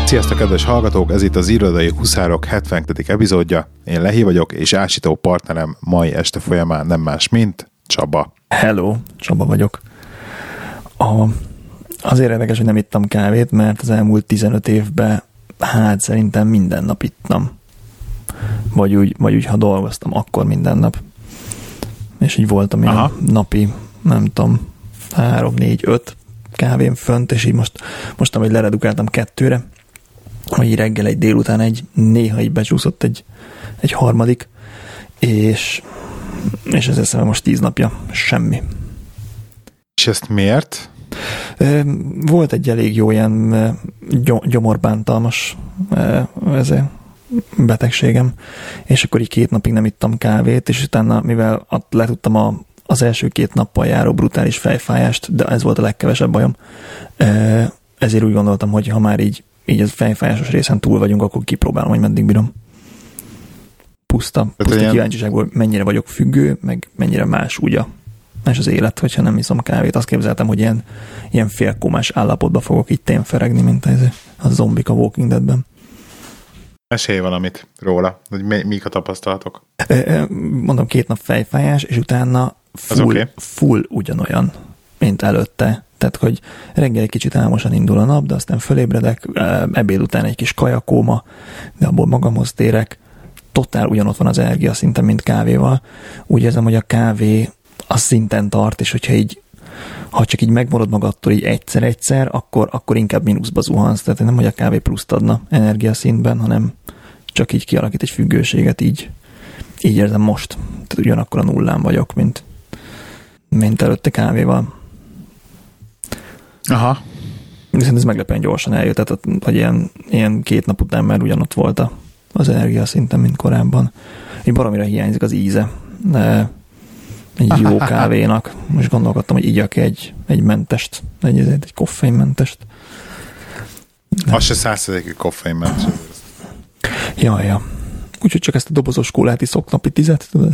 Sziasztok, kedves hallgatók! Ez itt az Irodai Huszárok 72. epizódja. Én Lehi vagyok, és ásító partnerem mai este folyamán nem más, mint Csaba. Hello, Csaba vagyok. Azért érdekes, hogy nem ittam kávét, mert az elmúlt 15 évben szerintem minden nap ittam. Vagy úgy, ha dolgoztam, akkor minden nap. És így voltam ilyen napi, nem tudom, 3, 4, 5 kávén fönt, és így most amíg leredukáltam 2-re, hogy így reggel egy, délután egy, néha így becsúszott egy harmadik, és ez eszembe most 10 napja semmi. És ezt miért? Volt egy elég jó ilyen gyomorbántalmas betegségem, és akkor így 2 napig nem ittam kávét, és utána, mivel letudtam az első 2 nappal járó brutális fejfájást, de ez volt a legkevesebb bajom, ezért úgy gondoltam, hogy ha már így a fejfájásos részen túl vagyunk, akkor kipróbálom, hogy meddig bírom. Puszta kíváncsiságból, mennyire vagyok függő, meg mennyire más úgy más az élet, hogyha nem iszom kávét. Azt képzeltem, hogy ilyen félkomás állapotba fogok itt témferegni, mint a zombik a Walking Deadben. Mesélj valamit róla, hogy mik a tapasztalatok. Mondom, 2 nap fejfájás, és utána full ugyanolyan, mint előtte. Tehát, hogy reggel egy kicsit álmosan indul a nap, de aztán fölébredek, ebéd után egy kis kajakóma, de abból magamhoz térek. Totál ugyanott van az energia szinten, mint kávéval. Úgy érzem, hogy a kávé az szinten tart, és ha csak így megmarad magadtól így egyszer, akkor inkább mínuszba zuhansz. Tehát nem, hogy a kávé pluszt adna energiaszintben, hanem csak így kialakít egy függőséget, így érzem most. Tehát ugyanakkor a nullán vagyok, mint előtte kávéval. Aha. Viszont ez meglepően gyorsan eljött, tehát hogy ilyen 2 nap után már ugyanott volt az energiaszinten, mint korábban. Így baromira hiányzik az íze. Egy jó kávénak. Most gondolkodtam, hogy igyak egy mentest, egy koffeinmentest. Az se 100%-ig koffeinmentes. Ja. Úgyhogy csak ezt a dobozos kólát iszok napi 10, tudod?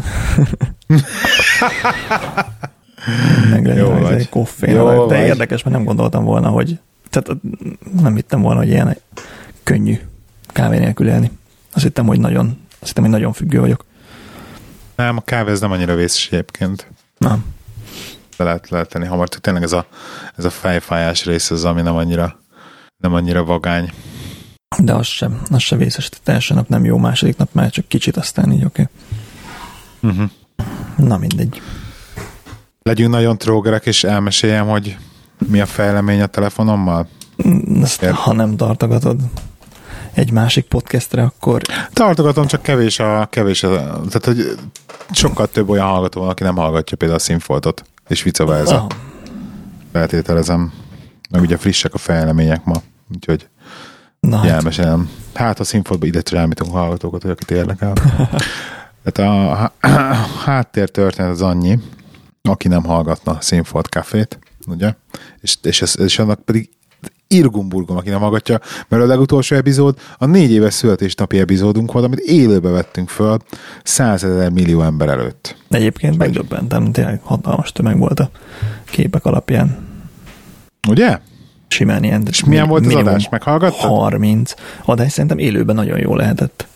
Meglegyen egy koffein. De érdekes, mert nem gondoltam volna, hogy tehát nem hittem volna, hogy ilyen könnyű kávé nélkül élni. Azt hittem, hogy nagyon függő vagyok. Nem, a kávé ez nem annyira vészes egyébként. Nem. Le lehet tenni hamar. Tényleg ez a fejfájás rész az, ami nem annyira vagány. De az sem vészes. Tehát első nap nem jó, második nap már csak kicsit, aztán így oké. Uh-huh. Na mindegy. Legyünk nagyon trógerek, és elmeséljem, hogy mi a fejlemény a telefonommal? Ha nem tartogatod egy másik podcastre, akkor... Tartogatom, csak kevés tehát, hogy sokkal több olyan hallgató van, aki nem hallgatja például a Színfoltot, és vice versa. Feltételezem. Meg ugye frissek a fejlemények ma, úgyhogy elmesélem. Hát a Színfoltban ide rámítunk hallgatókat, hogy akit érdekel. Tehát a háttér történet az annyi, aki nem hallgatna Színfolt Cafét, ugye? És annak pedig Irgumburgom, aki nem hallgatja, mert a legutolsó epizód a 4 éves születésnapi epizódunk volt, amit élőbe vettünk föl 100 000 millió ember előtt. Egyébként megdöbbentem, tényleg hatalmas tömeg volt a képek alapján. Ugye? Simán ilyen. És milyen volt az adás? Meghallgattad? 30. Adás szerintem élőben nagyon jó lehetett.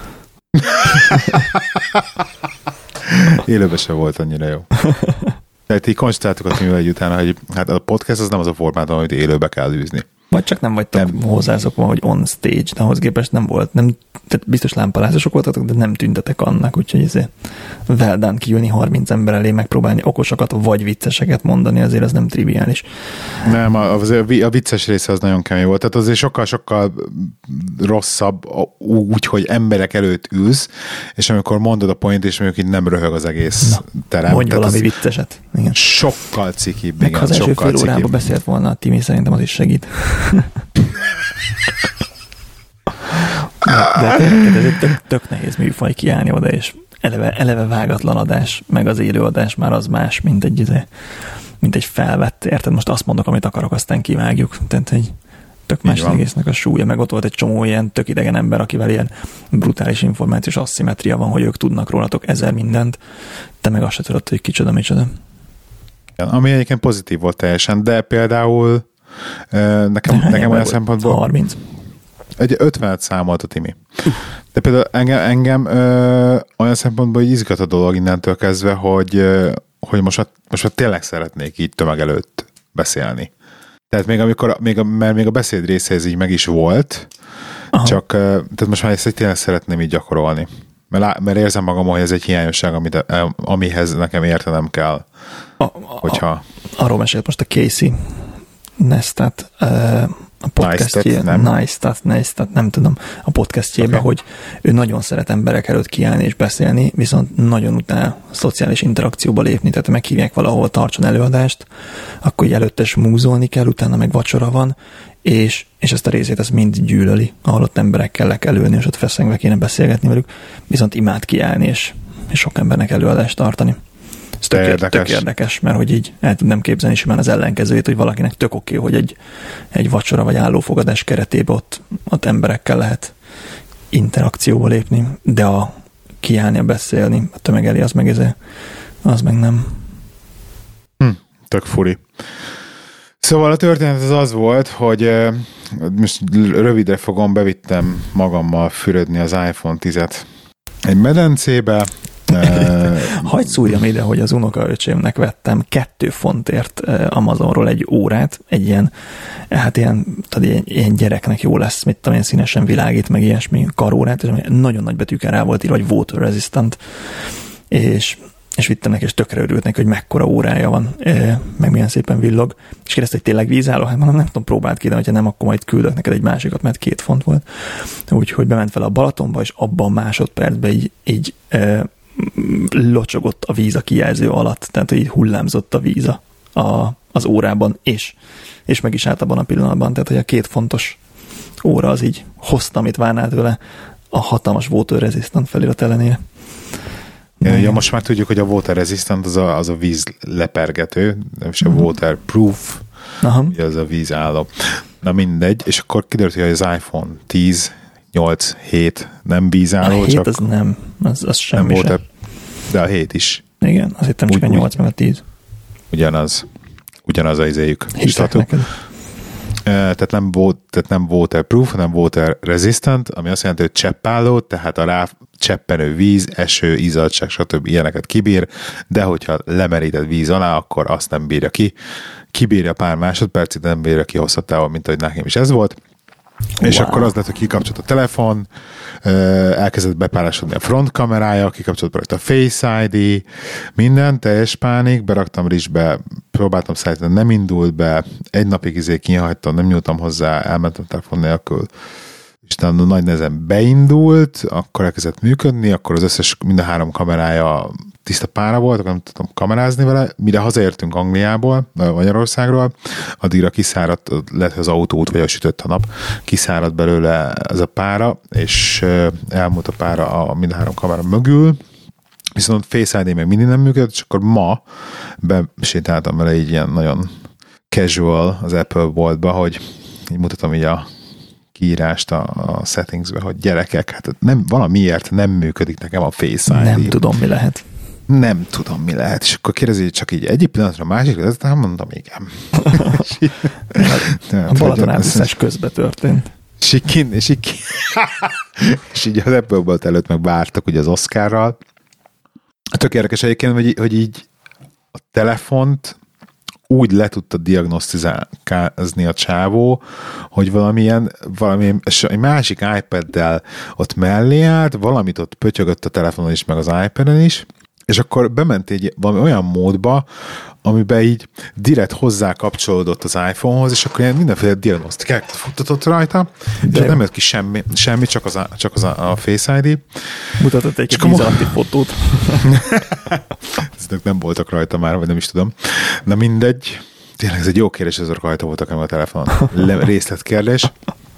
Élőben sem volt annyira jó. Tehát így konstatáltuk a Timivel egy utána, hogy hát a podcast az nem az a formátum, amit élőbe kell űzni. Vagy csak nem vagytok hozzászokva, hogy on stage, de ahhoz képest nem volt. Tehát biztos lámpalázások voltatok, de nem tüntetek annak, úgyhogy ezért well done kijönni 30 ember elé, megpróbálni okosakat vagy vicceseket mondani, azért az nem triviális. Nem, a vicces része az nagyon kemény volt. Tehát azért sokkal rosszabb úgy, hogy emberek előtt ülsz, és amikor mondod a point, és mondjuk így nem röhög az egész terem. Mondj valami vicceset. Igen. Sokkal cikibb. Meg ha az első fél órában beszélt volna a Timi, szerintem az is segít. De ez egy tök nehéz műfaj kiállni oda, és eleve vágatlan adás, meg az élőadás már az más, mint egy felvett, érted? Most azt mondok, amit akarok, aztán kivágjuk. Tehát egy tök más egésznek a súlya, meg ott volt egy csomó ilyen tök idegen ember, akivel ilyen brutális információs asszimetria van, hogy ők tudnak rólatok 1000 mindent, te meg azt se tudod, hogy kicsoda, micsoda. Ami egyébként pozitív volt teljesen, de például nekem olyan szempontból... 30. Egy 50-et számolt a Timi. De például engem olyan szempontból izgat a dolog innentől kezdve, hogy most már tényleg szeretnék így tömeg előtt beszélni. Tehát még a beszéd részéhez így meg is volt, csak tehát most már ezt tényleg szeretném így gyakorolni. Mert érzem magam, hogy ez egy hiányosság, amihez nekem értenem kell. Hogyha... Arról mesélt most a Casey Neistat a podcastjében, Neistat, nem tudom, a podcastjében, hogy ő nagyon szeret emberek előtt kiállni és beszélni, viszont nagyon utál szociális interakcióba lépni, tehát meghívják valahol, tartson előadást, akkor így előtte smúzolni kell, utána meg vacsora van, és ezt a részét ezt mind gyűlöli, ahol ott emberekkel le kell ülni, és ott feszengve kéne beszélgetni velük, viszont imád kiállni, és sok embernek előadást tartani. Ez tök érdekes, mert hogy így el tudnám képzelni simán az ellenkezőjét, hogy valakinek tök oké, hogy egy vacsora vagy állófogadás keretében ott emberekkel lehet interakcióba lépni, de a kiállni, beszélni, a tömeg elé, az meg nem. Tök furi. Szóval a történet az volt, hogy most rövidre fogom, bevittem magammal fürödni az iPhone 10-et egy medencébe. Hagy szúrjam ide, hogy az unokaöcsémnek vettem 2 fontért Amazonról egy órát, egy ilyen, hát ilyen gyereknek jó lesz, mit tudom én, színesen világít, meg ilyesmi karórát, és nagyon nagy betűkkel rá volt írva, hogy water resistant, és vittem neki, és tökre örült neki, hogy mekkora órája van, meg milyen szépen villog, és kérdezte, hogy tényleg vízálló, hát mondom, nem tudom, próbáld ki, de hogyha nem, akkor majd küldök neked egy másikat, mert 2 font volt. Úgyhogy bement fel a Balatonba, és abban a másodpercben így locsogott a víz a kijelző alatt, tehát így hullámzott a víz az órában, és meg is állt abban a pillanatban, tehát hogy a 2 fontos óra az így hozta, amit várnál tőle a hatalmas water resistant felirat ellenére. Ja, most már tudjuk, hogy a water resistant az a víz lepergető, nem is a waterproof, ugye az a vízálló. Na mindegy, és akkor kiderült, hogy az iPhone 10, 8, 7 nem vízálló, a 7 csak az nem, az semmi sem. De a 7 is. Igen, azt hittem csak a 8 meg a 10. Ugyanaz az izéjük. Hiszek neked. Tehát nem waterproof, hanem water resistant, ami azt jelenti, hogy cseppálló, tehát a rá cseppenő víz, eső, izzadság, stb. Ilyeneket kibír, de hogyha lemeríted víz alá, akkor azt nem bírja ki. Kibírja pár másodpercig, de nem bírja ki hosszabb távon, mint ahogy nekem is ez volt. És akkor az lett, hogy kikapcsolt a telefon, elkezdett bepárásodni a front kamerája, kikapcsolt rajta a Face ID, minden, teljes pánik, beraktam rizsbe, próbáltam szállítani, nem indult be, egy napig kihagytam, nem nyúltam hozzá, elmentem telefon nélkül, és utána nagy nehezen beindult, akkor elkezdett működni, akkor az összes, mind a 3 kamerája tiszta pára volt, akkor nem tudtam kamerázni vele, mire hazaértünk Angliából, Magyarországról, addigra kiszáradt, lehet, hogy az autóút vagy a sütött a nap, kiszáradt belőle ez a pára, és elmúlt a pára mind a 3 kamera mögül, viszont Face ID még mindig nem működött, és akkor ma besétáltam vele így ilyen nagyon casual az Apple boltba, hogy így mutatom így a kiírást a settingsbe, hogy gyerekek, hát nem, valamiért nem működik nekem a Face ID. Nem tudom, mi lehet. Nem tudom, mi lehet. És akkor kérdezi csak így egyik pillanatra, a másikra, aztán mondom, igen. A Balaton átviszás közben történt. És így az Apple Bolt előtt meg vártak ugye az Oscarral. Tök érdekes egyébként, hogy így a telefont úgy le tudta diagnosztizálni a csávó, hogy valamilyen és egy másik iPad-del ott mellé állt, valamit ott pötyögött a telefonon is, meg az iPad-en is, és akkor bement valami olyan módba, amiben így direkt hozzá kapcsolódott az iPhone-hoz, és akkor ilyen mindenféle diagnosztikát futtatott rajta, de nem jött ki semmi, csak a Face ID. Mutatott egy víz alatti fotót. Ezek nem voltak rajta már, vagy nem is tudom. Na mindegy. Tényleg ez egy jó kérdés, ezek rajta voltak a telefonon. Részletkérdés.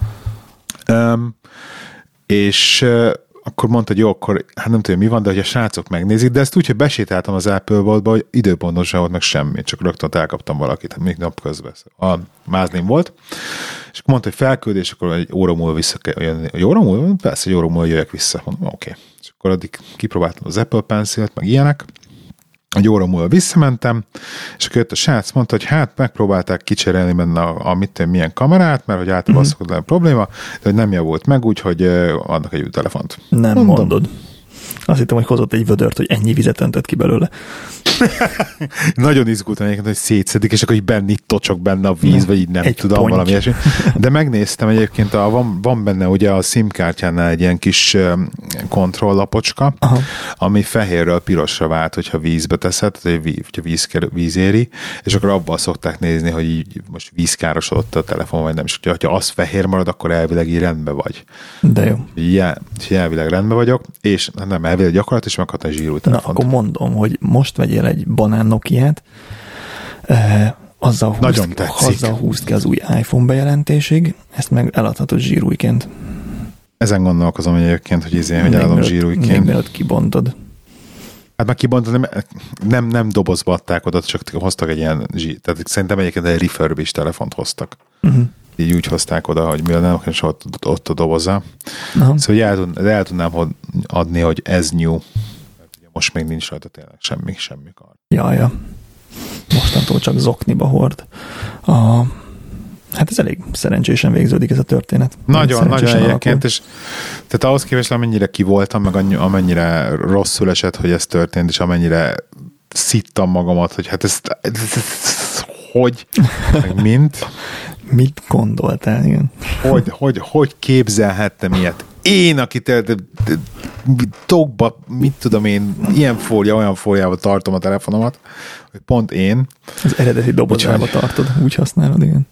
És akkor mondta, hogy jó, akkor hát nem tudom, mi van, de hogy a srácok megnézik, de ezt úgy, hogy besétáltam az Apple Vaultba, hogy időpontosan volt meg semmi, csak rögtön elkaptam valakit, még napközben. A mázlim volt, és akkor mondta, hogy felküldés, akkor egy óra múlva vissza kell jönni. Egy óra múlva? Persze, egy óra múlva jöjjek vissza. Mondom, oké. És akkor addig kipróbáltam az Apple Pencil-t, meg ilyenek, egy óra múlva visszamentem, és akkor jött a srác, mondta, hogy hát megpróbálták kicserélni benne milyen kamerát, mert hogy általában az szokott lenni a probléma, de hogy nem javult meg, úgyhogy adnak egy új telefont. Nem mondod. Azt hittem, hogy hozott egy vödört, hogy ennyi vizet öntött ki belőle. Nagyon izgultam egyébként, hogy szétszedik, és akkor így benne itt tocsok benne a víz, vagy így nem tudom, ponty. Valami ilyesmi. De megnéztem egyébként, van benne ugye a SIM-kártyánál egy ilyen kis kontrolllapocska, ami fehérről pirosra vált, hogyha vízbe teszed, hogyha víz éri, és akkor abban szokták nézni, hogy így most vízkárosodott a telefon, vagy nem. És hogyha az fehér marad, akkor elvileg így rendben vagy. De jó. Elvileg rendben vagyok, és nem elvileg gyakorlat, és meghat egy zsírúj telefont. Na, akkor mondom, hogy most vegyél egy banán Nokiát, azzal húzd ki az új iPhone bejelentéség, ezt meg eladhatod zsírújként. Ezen gondolkozom egyébként, hogy hogy eladom zsírújként. Még mielőtt kibontod. Hát már kibontod, nem dobozba adták oda, csak hoztak egy ilyen tehát szerintem egyébként egy refurbished telefont hoztak. Így úgy hozták oda, hogy mivel nem is ott a doboza. Szóval el tudnám adni, hogy ez new. Most még nincs rajta tényleg semmi kar. Ja. Mostantól csak zokniba hord. Hát ez elég szerencsésen végződik ez a történet. Nagyon egyébként, és tehát ahhoz képest, amennyire kivoltam, meg amennyire rosszul esett, hogy ez történt, és amennyire szittam magamat, hogy hát ezt hogy, meg mint. Mit gondoltál, igen? Hogy képzelhettem ilyet? Én, aki tokba, mit tudom én, ilyen olyan fóliával tartom a telefonomat, hogy pont én. Az eredeti dobozába tartod, úgy használod, igen.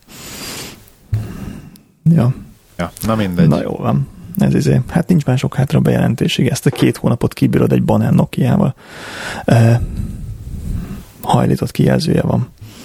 Ja, na mindegy. Na jó van. Hát nincs már sok hátra bejelentésig. Ezt a 2 hónapot kibírod egy banán Nokiával. Hajlított kijelzője van.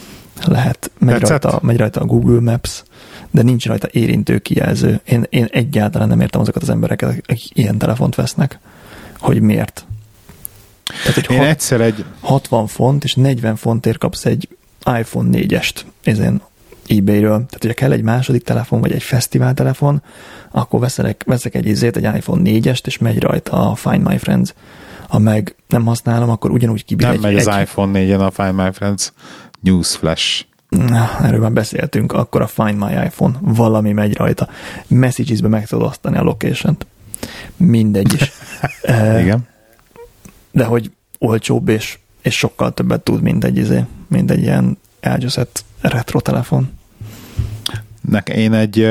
Megy rajta a Google Maps, de nincs rajta érintő kijelző. Én egyáltalán nem értem azokat az embereket, akik ilyen telefont vesznek, hogy miért. Tehát, hogy 60 font és 40 fontért kapsz egy iPhone 4-est ezen eBay-ről. Tehát, hogyha kell egy második telefon, vagy egy fesztivál telefon, akkor veszek egy iPhone 4-est, és megy rajta a Find My Friends. Ha meg nem használom, akkor ugyanúgy kibír nem megy az iPhone 4-en a Find My Friends. Newsflash. Erről már beszéltünk, akkor a Find My iPhone, valami megy rajta. Messages-be meg tudod osztani a location-t. Mindegy is. Igen. De hogy olcsóbb és sokkal többet tud, mint egy ilyen elgyőzött retro telefon. Én egy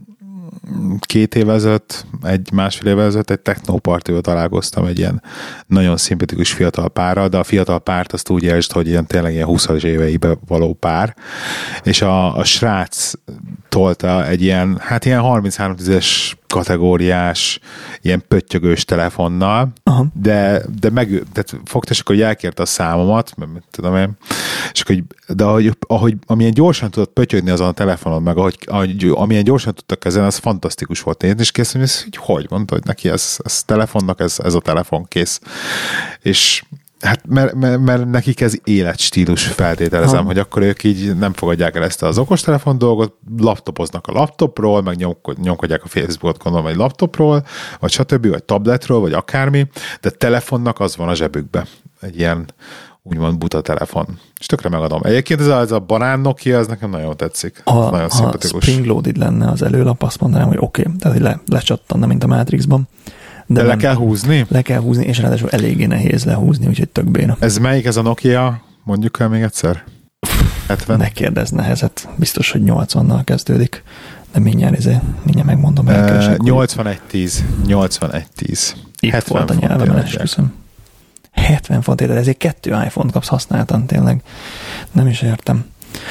2 évvel ezelőtt, másfél évvel ezelőtt egy technopartival találkoztam egy ilyen nagyon szimpatikus fiatal párral, de a fiatal párt azt úgy értsd, hogy ilyen tényleg ilyen 20-as éveibe való pár, és a srác tolta egy ilyen 33-10-es kategóriás, ilyen pöttyögős telefonnal, de fogta, és akkor elkérte a számomat, mit tudom én, és akkor, de ahogy amilyen gyorsan tudott pöttyögni azon a telefonon, meg amilyen gyorsan tudtak kezelni, az fantasztikus volt nézni, és kész, hogy mondta, hogy neki ez telefonnak, ez a telefon kész. És hát mert nekik ez életstílus, feltételezem, hogy akkor ők így nem fogadják el ezt az okostelefon dolgot, laptopoznak a laptopról, meg nyomkodják a Facebookot, gondolom, egy laptopról, vagy stb., vagy tabletről, vagy akármi, de telefonnak az van a zsebükbe. Egy ilyen úgymond buta telefon. És tökre megadom. Egyébként ez a banán Nokia, ez nekem nagyon tetszik. Nagyon szimpatikus. Ha spring-loaded lenne az előlap, azt mondanám, hogy oké. Tehát, hogy lecsattanna, mint a Matrixban. De le kell húzni? Le kell húzni, és ráadásul eléggé nehéz lehúzni, úgyhogy tök béna. Ez melyik ez a Nokia? Mondjuk el még egyszer. 70? Ne kérdezz nehezet. Biztos, hogy 80-nal kezdődik. De mindjárt megmondom. 8110. 8110. Itt volt a nyelvemen, esküszöm. 70 fontért, ezért 2 iPhone-t kapsz használtan, tényleg. Nem is értem.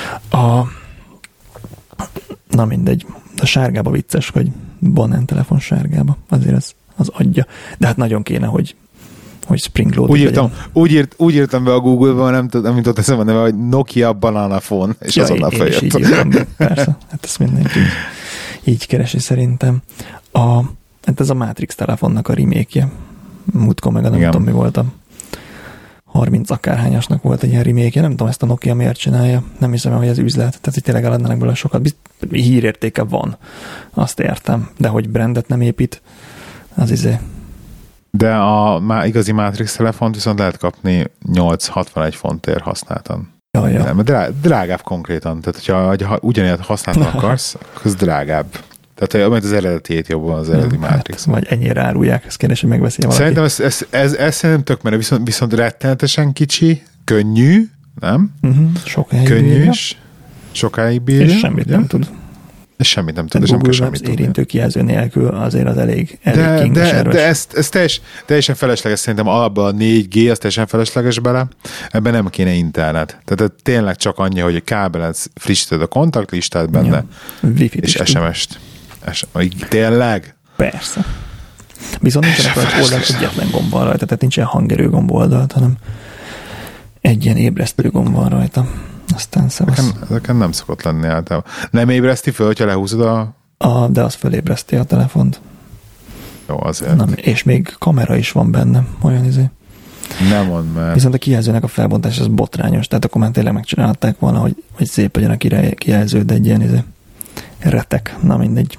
Na mindegy. A sárgába vicces, hogy banán telefon sárgába. Azért az adja. De hát nagyon kéne, hogy spring-loaded úgy írtam be a Google-ban, nem jutott eszembe a neve, hogy Nokia Banana Phone, és azonnal feljött. Így írtam be, persze. Hát ezt mindenki így keresi szerintem. Hát ez a Matrix telefonnak a remake-je. Múltkor meg nem tudom, mi volt a 30 akárhányasnak volt egy ilyen remake-je. Nem tudom, ezt a Nokia miért csinálja. Nem hiszem, hogy ez üzlet. Tehát, hogy tényleg eladnának belőle sokat. Hírértéke van. Azt értem. De hogy brandet nem épít, az De a igazi Matrix telefont viszont lehet kapni 8-61 fontért használtan. Ja. Drágább konkrétan. Tehát, ha ugyanilyet használtan akarsz, akkor ez drágább. Tehát majd az eredetiét jobban az eredeti Matrix. Hát, vagy ennyire árulják, ez kérdés, hogy megveszi valaki. Szerintem ez szerintem tök, mert viszont rettenetesen kicsi, könnyű, nem? Sokáig könnyű is, sokáig bírja. És semmit nem tud. És semmit nem tud. Google Maps érintő kijelző nélkül azért az elég de ez teljesen felesleges, szerintem alapban a 4G, az teljesen felesleges bele, ebben nem kéne internet. Tehát tényleg csak annyi, hogy kábeled frissíted a kontaktlistát benne, és SMS-t. Tényleg? Persze. Viszont nincsenek rajta oldal egyetlen gomb van rajta, tehát nincsen hangerő gomb oldalt, hanem egy ilyen ébresztő gomb van rajta. Aztán szevasz. Ezeken nem szokott lenni általában. Nem ébreszti föl, hogyha lehúzod de az fölébreszti a telefont. Jó, azért. Nem, és még kamera is van benne, olyan Nem mondd már. Viszont a kijelzőnek a felbontás az botrányos, tehát akkor már tényleg megcsinálták volna, hogy szép legyen a kijelző, de egy ilyen retek. Na mindegy.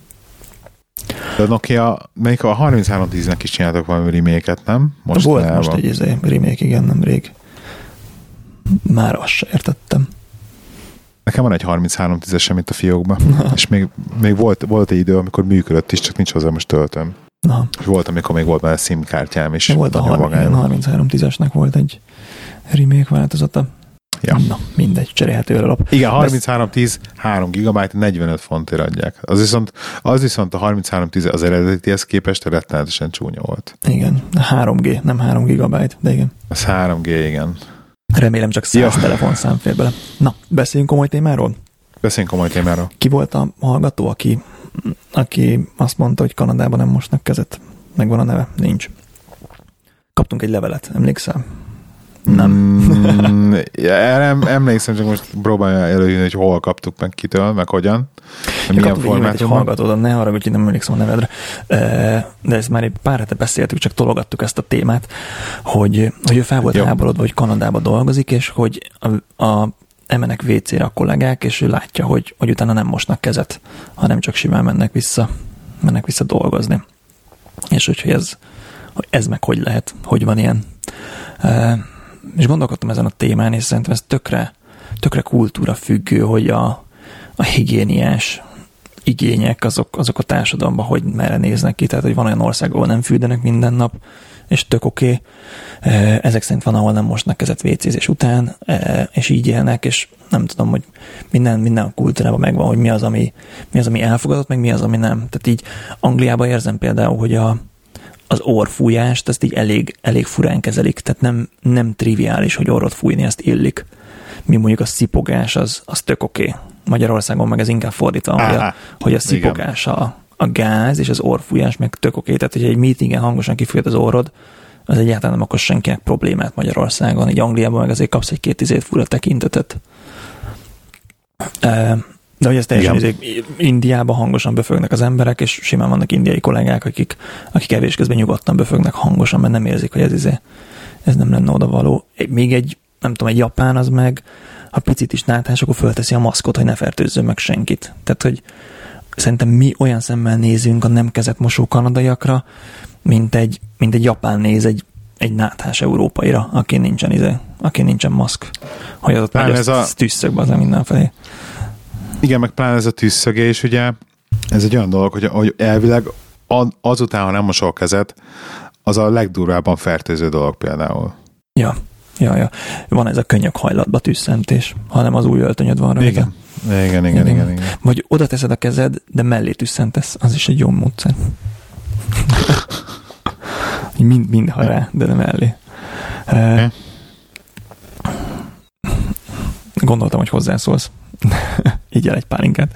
De a Nokia, melyik a 3310-nek is csináltak valami remake-et, nem? Most egy remake, igen, nemrég. Már azt se értettem. Nekem van egy 3310-esem itt a fiókban, és még volt egy idő, amikor működött is, csak nincs hozzá most töltöm. És volt, amikor még volt már SIM kártyám is. Volt a 3310-esnek volt egy remake változata. Ja. Na, mindegy, cserélhető alap. Igen, 3310 3 GB 45 fontért adják. Az viszont a 3310 az eredetihez képest rettenetesen csúnya volt. Igen, 3G, nem 3 GB, de igen. Az 3G, igen. Remélem csak 100 telefonszám fér bele. Na, beszéljünk komoly témáról? Beszéljünk komoly témáról. Ki volt a hallgató, aki azt mondta, hogy Kanadában nem mosnak kezet? Megvan a neve? Nincs. Kaptunk egy levelet, emlékszel? Nem. Emlékszem, csak most próbálja előjönni, hogy hol kaptuk meg kitől, meg hogyan. Milyen formában. Egy hallgatódon, ne arra, hogy nem emlékszem a nevedre. De ezt már egy pár hete beszéltük, csak tologattuk ezt a témát, hogy ő fel volt háborodva, hogy Kanadában dolgozik, és hogy emenek WC-re a kollégák, és ő látja, hogy utána nem mosnak kezet, hanem csak simán mennek vissza dolgozni. És hogy ez meg hogy lehet, hogy van ilyen. És gondolkodtam ezen a témán, és szerintem ez tökre kultúra függő, hogy a higiéniás igények azok a társadalomban hogy merre néznek ki, tehát hogy van olyan ország, ahol nem fürdenek minden nap, és tök oké. Ezek szerint van, ahol nem mosnak kezet WC-zés után, és így élnek, és nem tudom, hogy minden kultúrában megvan, hogy mi az, ami elfogadott, meg mi az, ami nem. Tehát így Angliában érzem például, hogy az orrfújást, ezt így elég furán kezelik, tehát nem triviális, hogy orrot fújni, ezt illik. Mi mondjuk a szipogás, az tök oké. Magyarországon meg ez inkább fordítva, hogy a szipogás a gáz, és az orrfújás meg tök oké. Tehát, hogyha egy meetingen hangosan kifújod az orrod, az egyáltalán nem okoz senkinek problémát Magyarországon. Így Angliában meg azért kapsz egy 2 fura tekintetet. De hogy ez teljesen Indiában hangosan böfögnek az emberek, és simán vannak indiai kollégák, akik evés közben nyugodtan böfögnek hangosan, mert nem érzik, hogy ez nem lenne odavaló. Még egy japán az meg, ha picit is náthás, akkor fölteszi a maszkot, hogy ne fertőzzön meg senkit. Tehát, hogy szerintem mi olyan szemmel nézünk a nem kezetmosó kanadaiakra, mint egy japán néz egy náthás európaira, aki nincsen maszk. Hogy az ott tűzszög az mindenfelé. Igen, meg pláne ez a tűzszögés, ugye, ez egy olyan dolog, hogy elvileg azután, ha nem mosol a kezet, az a legdurvábban fertőző dolog például. Ja. Van ez a könyök hajlatba tűzszentés, hanem az új öltönyöd van rajta. Igen. Vagy oda teszed a kezed, de mellé tűzszentesz, az is egy jó módszer. mind ha rá, de nem mellé. Gondoltam, hogy hozzászólsz. Így el egy pálinkát.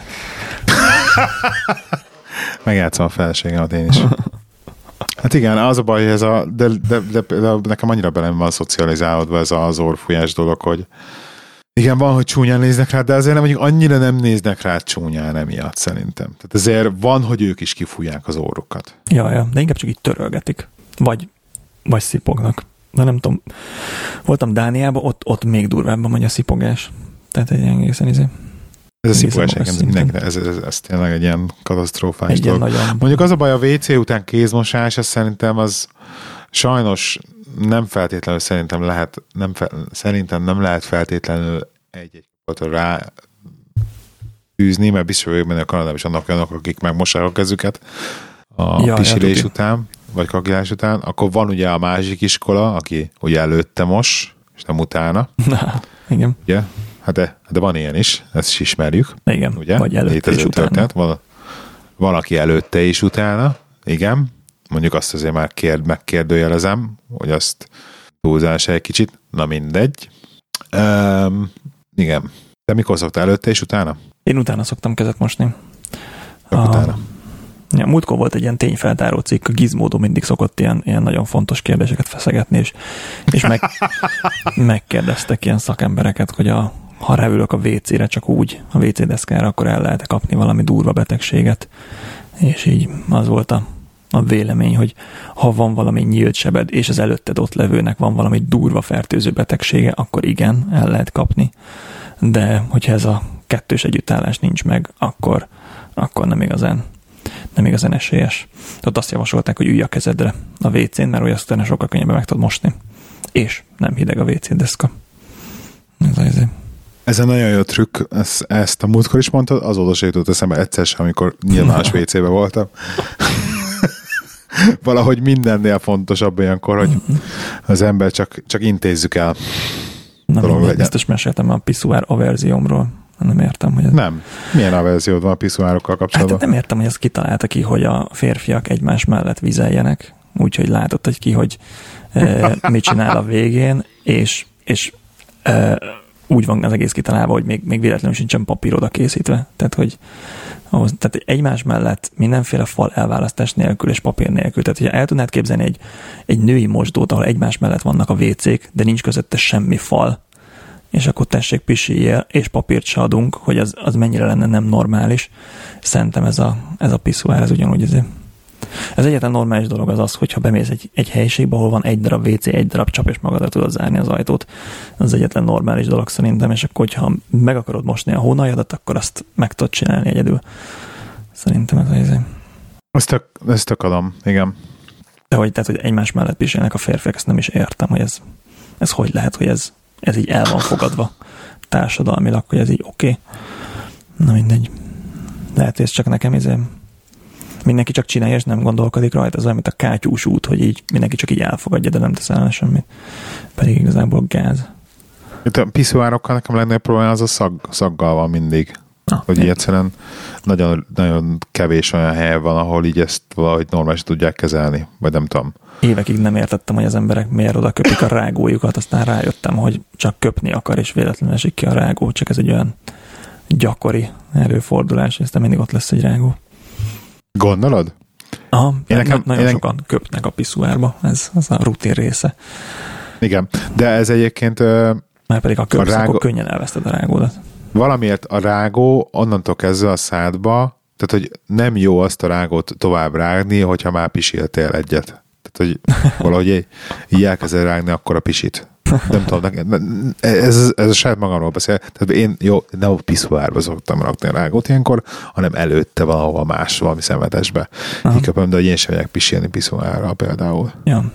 Megjátszom a feleségemet én is. Hát igen, az a baj, hogy de nekem annyira belem van szocializálódva ez az orrfújás dolog, hogy igen, van, hogy csúnyán néznek rá, de azért nem, mondjuk annyira nem néznek rá csúnyán emiatt szerintem. Tehát azért van, hogy ők is kifújják az orrukat. Ja, de inkább csak így törölgetik. Vagy szipognak. De nem tudom. Voltam Dániában, ott még durvábban megy a szipogás. Tehát egy egészen Ez a szipolás, ez tényleg egy ilyen katasztrófás dolog. Nagyon... Mondjuk az a baj, a WC után kézmosás, ez szerintem az sajnos nem feltétlenül szerintem nem lehet feltétlenül egy kapotra rá fűzni, mert biztos vagyok benne, a Kanadában is annak olyanok, akik megmossák a kezüket a pisilés után, vagy kakilás után. Akkor van ugye a másik iskola, aki ugye előtte mos, és nem utána. Na, igen. Ugye? Hát de van ilyen is, ezt is ismerjük. Igen, ugye? vagy előtte és utána. Van, aki előtte és utána, igen. Mondjuk azt azért már megkérdőjelezem, hogy azt túlzás egy kicsit. Na mindegy. Igen. De mikor szoktál, előtte és utána? Én utána szoktam kezet mosni. Utána. Ja, múltkor volt egy ilyen tényfeltáró cikk, a Gizmodo mindig szokott ilyen nagyon fontos kérdéseket feszegetni, és megkérdeztek ilyen szakembereket, hogy ha leülök a WC-re csak úgy, a WC deszkára, akkor el lehet kapni valami durva betegséget. És így az volt a vélemény, hogy ha van valami nyílt sebed, és az előtted ott levőnek van valami durva fertőző betegsége, akkor igen, el lehet kapni. De hogyha ez a kettős együttállás nincs meg, akkor nem igazán esélyes. Tehát azt javasolták, hogy ülj a kezedre a WC-n, mert olyan aztán sokkal könnyebben meg tudod mosni. És nem hideg a WC deszka. Ez egy nagyon jó trükk, ezt a múltkor is mondtad, azóta se jutott eszembe egyszer sem, amikor nyilvános WC-be voltam. Valahogy mindennél fontosabb olyankor, hogy az ember csak intézzük el. Biztos meséltem a piszuár averziómról. Nem értem, hogy ez... Nem. Milyen averziód van a piszuárokkal kapcsolatban? Hát nem értem, hogy ezt kitalálta ki, hogy a férfiak egymás mellett vizeljenek, úgyhogy látod, hogy ki, hogy mit csinál a végén, és úgy van az egész kitalálva, hogy még véletlenül sincsen papíroda készítve. Tehát egymás mellett mindenféle fal elválasztás nélkül és papír nélkül. Tehát, hogyha el tudnád képzelni egy női mosdót, ahol egymás mellett vannak a WC-k, de nincs közötte semmi fal, és akkor tessék, pisiljél, és papírt se adunk, hogy az mennyire lenne nem normális. Szerintem ez a piszuár, ez ugyanúgy azért. Ez egyetlen normális dolog az, hogyha bemész egy helyiségbe, ahol van egy darab WC, egy darab csap, és magadra tudod zárni az ajtót. Az egyetlen normális dolog szerintem, és akkor, hogyha meg akarod mosni a hónaljadat, akkor azt meg tudod csinálni egyedül. Szerintem ez azért. Ezt tök adom, igen. De tehát, hogy egymás mellett pisilnek a férfiak, ezt nem is értem, hogy ez hogy lehet, hogy ez így el van fogadva társadalmilag, hogy ez így oké. Na mindegy. Lehet, hogy ez csak nekem mindenki csak csinálja, és nem gondolkodik rajta, az olyan, mint a kátyús út, hogy így mindenki csak így elfogadja, de nem tesz ellen semmit. Pedig igazából gáz. Itt a piszuárokkal nekem legnagyobb probléma az a szaggal van mindig. Hogy így egyszerűen nagyon, nagyon kevés olyan hely van, ahol így ezt valahogy normális tudják kezelni, vagy nem tudom. Évekig nem értettem, hogy az emberek miért oda köpik a rágójukat, aztán rájöttem, hogy csak köpni akar, és véletlenül esik ki a rágó, csak ez egy olyan gyakori előfordulás, és aztán mindig ott lesz egy rágó. Gondolod? Aha, nagyon sokan köpnek a piszuárba, ez a rutin része. Igen, de ez egyébként... Már pedig ha köpsz, akkor könnyen elveszted a rágódat. Valamiért a rágó onnantól kezdve a szádba, tehát hogy nem jó azt a rágót tovább rágni, hogyha már pisiltél egyet. Tehát, hogy valahogy így elkezded rágni akkor a pisit. Nem tudom, ez a saját magamról beszél. Tehát én nem a piszuárba szoktam rakni a rágót ilyenkor, hanem előtte valahova más, valami szemetesbe. Kiköpöm, de hogy én sem megyek pisilni piszuárral például. Ja.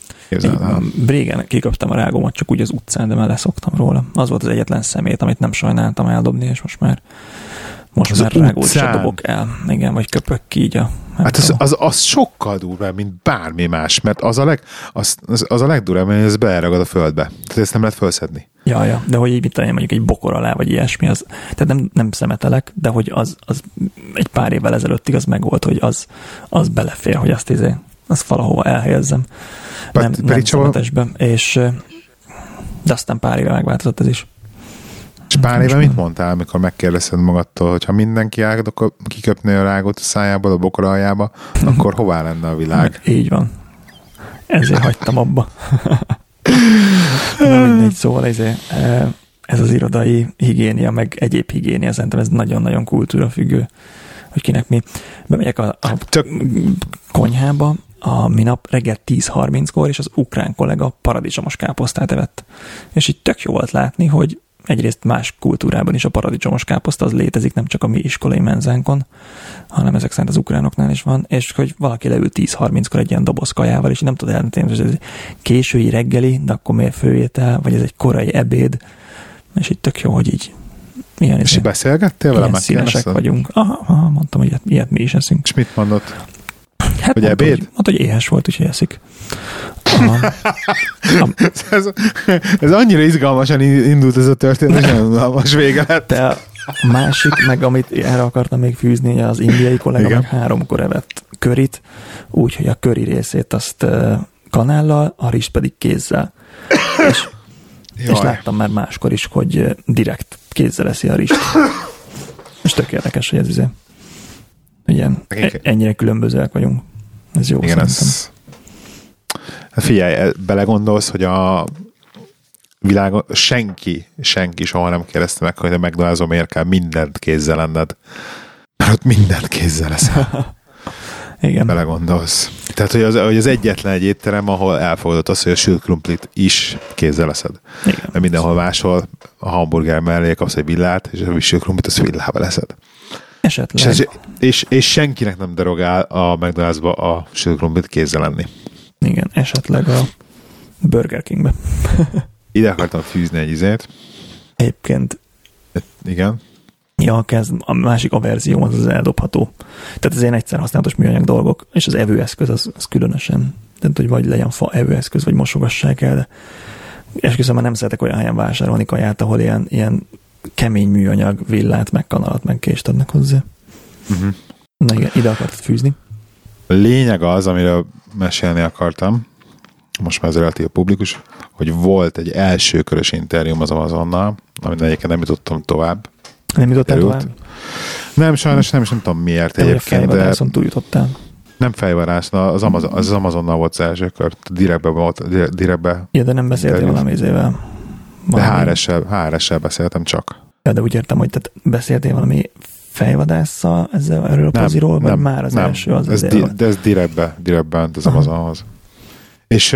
Régen kiköptem a rágómat csak úgy az utcán, de már leszoktam róla. Az volt az egyetlen szemét, amit nem sajnáltam eldobni, és most már rágót se dobok el. Igen, vagy köpök ki így hát az sokkal durvább, mint bármi más, mert az a legdurvább, hogy ez beleragad a földbe. Tehát ezt nem lehet felszedni. Ja, de hogy így mit találja mondjuk egy bokor alá, vagy ilyesmi, tehát nem szemetelek, de hogy az egy pár évvel ezelőttig az megvolt, hogy az belefér, hogy azt valahova elhelyezzem. Nem szemetesbe, de aztán pár éve megváltozott ez is. És pár éve mit mondtál, amikor megkérdezted magadtól, hogy ha mindenki kiköpné a rágót a szájából, a bokor aljába, akkor hová lenne a világ? Hát így van. Ezért hagytam abba. Na mindegy, szóval ez az irodai higiénia, meg egyéb higiénia, szerintem ez nagyon-nagyon kultúrafüggő, hogy kinek mi. Bemegyek a konyhába, a minap reggel 10:30-kor, és az ukrán kollega paradicsomos káposztát evett. És így tök jó volt látni, hogy egyrészt más kultúrában is a paradicsomos káposzta az létezik, nem csak a mi iskolai menzánkon, hanem ezek szerint az ukránoknál is van, és hogy valaki leül 10-30-kor egy ilyen doboz kajával, és nem tud eltenni, hogy ez késői reggeli, de akkor miért főétel, vagy ez egy korai ebéd, és itt tök jó, hogy így ilyen, és beszélgettél vele? Ilyen színesek vagyunk. Aha, mondtam, hogy ilyet mi is eszünk. És mit mondott? Hát hogy ebéd? Mondta, hogy éhes volt, úgyhogy eszik. Ez annyira izgalmasan indult ez a történet, és most vége lett. De a másik, meg amit erre akartam még fűzni, az indiai kollega meg 3-kor evett körit, úgyhogy a köri részét azt kanállal, a rizs pedig kézzel. És láttam már máskor is, hogy direkt kézzel eszi a rizst. És tök érdekes, hogy ez igen, ennyire különbözőek vagyunk. Ez jó, igen, szerintem. Figyelj, belegondolsz, hogy a világon senki soha nem kérdezte meg, hogy a McDonald's-on miért kell mindent kézzel lenned. Mert ott mindent kézzel leszel. Igen. Belegondolsz. Tehát, hogy az egyetlen egy étterem, ahol elfogadott az, hogy a sült krumplit is kézzel leszed. Igen. Mert mindenhol máshol a hamburger mellé kapsz egy villát, és a sült krumplit az villába leszed. Esetleg. És senkinek nem derogál a McDonald's-ba a sült krumplit kézzel lenni. Igen, esetleg a Burger Kingbe. Ide akartam fűzni egy izét. Egyébként. Igen. Ja, a másik averzióm az eldobható. Tehát az ilyen egyszer használatos műanyag dolgok, és az evőeszköz az különösen. Tehát, hogy vagy legyen fa evőeszköz, vagy mosogassák el, de esküszöm, már nem szeretek olyan helyen vásárolni kaját, ahol ilyen kemény műanyag villát, meg kanalat, meg kést adnak hozzá. Uh-huh. Na igen, ide akartad fűzni. A lényeg az, amiről mesélni akartam, most már ez relatív publikus, hogy volt egy első körös interjúm az Amazonnal, amit egyébként nem jutottam tovább. Nem jutottál tovább? Nem, sajnos nem, és nem tudom miért te egyébként. Te fejvadászon túl jutottál. Nem fejvadász, az Amazonnal volt az első kör. Direktbe. Ja, de nem beszéltél valami izével. De HRS-sel beszéltem csak. Ja, de úgy értem, hogy tehát beszéltél valami fejvadásszal erről a poziról, vagy már az első az azért? De ez direktbe ment az Amazonhoz. És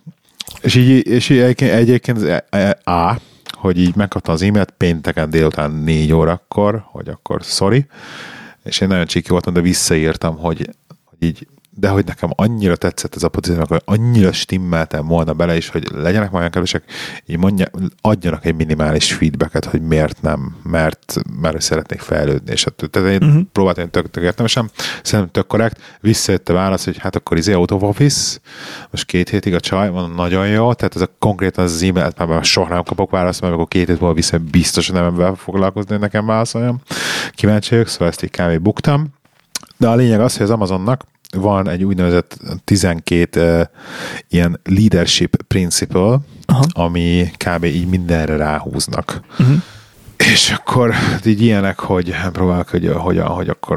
egyébként az hogy így megkaptam az e-mailt pénteken délután 4 órakor, hogy akkor sorry, és én nagyon csiki voltam, de visszaírtam, hogy így, de hogy nekem annyira tetszett ez a pozíció, hogy annyira stimmeltem volna bele is, hogy legyenek majd olyan kedvesek, így adjanak egy minimális feedbacket, hogy miért nem, mert szeretnék fejlődni, és tehát én próbáltam tök értelmesen, szerintem tök korrekt, visszajött a válasz, hogy hát akkor out of office, most 2 hétig a csaj, mondom, nagyon jó, tehát ez a konkrétan az e-mailt már soha nem kapok választ, mert akkor 2 hét múlva viszont biztos, hogy nem ebben foglalkozni, hogy nekem válaszoljam. Kíváncsi vagyok, szóval ezt így kb. Buktam. De a lényeg az, hogy az Amazonnak van egy úgynevezett 12 ilyen leadership principle, ami kb. Így mindenre ráhúznak. Uh-huh. És akkor így ilyenek, hogy próbálok, hogy akkor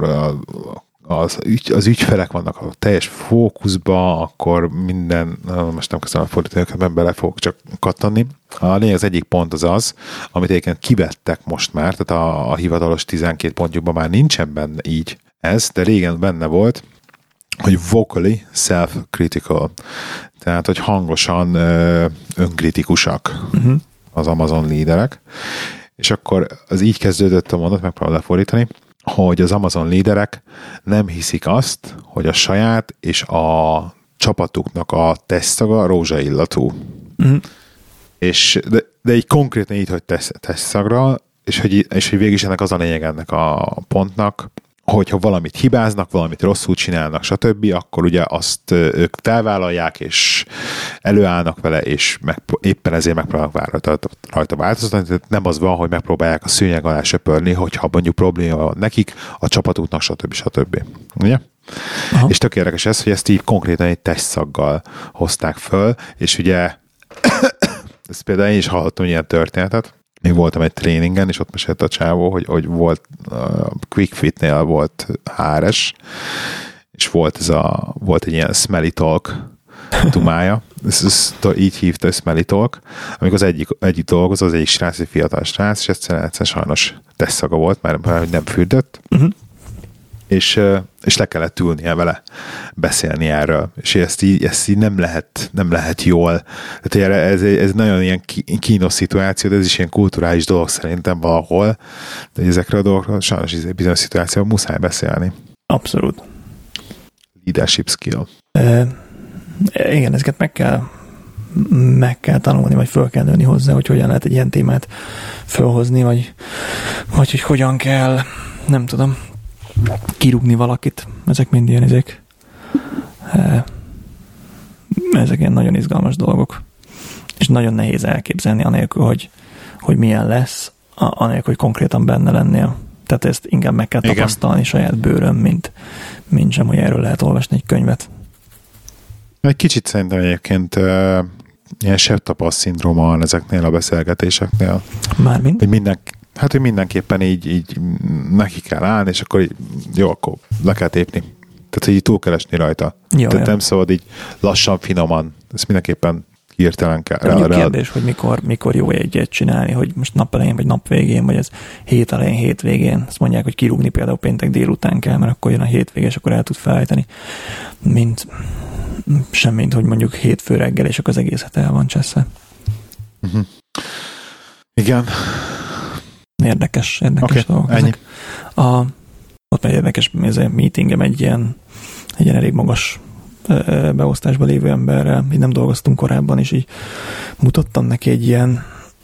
az ügyfelek vannak a teljes fókuszba, akkor minden, most nem köszönöm a fordítókat, bele fogok csak kattanni. A lényeg az egyik pont az, amit egyébként kivettek most már, tehát a hivatalos 12 pontjukban már nincsen benne így ez, de régen benne volt, hogy vocally self-critical. Tehát, hogy hangosan önkritikusak az Amazon líderek. És akkor az így kezdődött a mondat, megpróbálom lefordítani, hogy az Amazon líderek nem hiszik azt, hogy a saját és a csapatuknak a tesztszaga rózsaillatú. És, de így konkrétan így, hogy tesztszagra, és hogy végig is ennek az a lényeg ennek a pontnak, hogyha valamit hibáznak, valamit rosszul csinálnak, stb., akkor ugye azt ők elvállalják, és előállnak vele, és éppen ezért megpróbálnak rajta változtatni. Tehát nem az van, hogy megpróbálják a szőnyeg alá söpörni, hogyha mondjuk probléma van nekik, a csapatuknak, stb. Ugye? Aha. És tök érdekes ez, hogy ezt így konkrétan egy tesztszaggal hozták föl, és ugye ezt például én is hallottam ilyen történetet. Még voltam egy tréningen, és ott mesélt a csávó, hogy volt Quick Fit-nél volt HRS, és volt egy ilyen Smelly Talk tumája. Ezt így hívta, Smelly Talk, amikor az egyik dolgozó, az egyik srác, egy fiatal srác, és egyszerűen sajnos tesztszaga volt, mert nem fürdött. és le kellett ülnie vele, beszélni erről, és ezt így nem lehet jól. Tehát ez nagyon ilyen kínos szituáció, de ez is ilyen kulturális dolog szerintem valahol, de ezekre a dolgokról sajnos bizonyos szituációban muszáj beszélni. Abszolút. Leadership skill. Igen, ezeket meg kell tanulni, vagy föl kell nőni hozzá, hogy hogyan lehet egy ilyen témát fölhozni, vagy hogy hogyan kell, nem tudom, kirúgni valakit. Ezek mind ilyen ezek ilyen nagyon izgalmas dolgok. És nagyon nehéz elképzelni anélkül, hogy milyen lesz, anélkül, hogy konkrétan benne lennél. Tehát ezt inkább meg kell tapasztalni saját bőrön, mint sem, hogy erről lehet olvasni egy könyvet. Egy kicsit szerintem egyébként ilyen sebtapaszt szindróma van ezeknél a beszélgetéseknél. Mármint? Hogy mindenképpen így neki kell állni, és akkor így, jó, akkor le kell tépni. Tehát, hogy így túl kell esni rajta. Tehát nem szabad így lassan, finoman. Ezt mindenképpen hirtelen kell. A kérdés, hogy mikor jó egyet csinálni, hogy most nap elején, vagy nap végén, vagy ez hét elején, hét végén. Azt mondják, hogy kirúgni például péntek délután kell, mert akkor jön a hétvége, és akkor el tud felállítani. Semmint, hogy mondjuk hétfő reggel, és akkor az egészet el van cseszve. Uh-huh. Igen. Érdekes dolgok. Ennyi. Ott egy érdekes meetingem egy ilyen elég magas beosztásban lévő emberrel, így nem dolgoztunk korábban, és így mutattam neki egy ilyen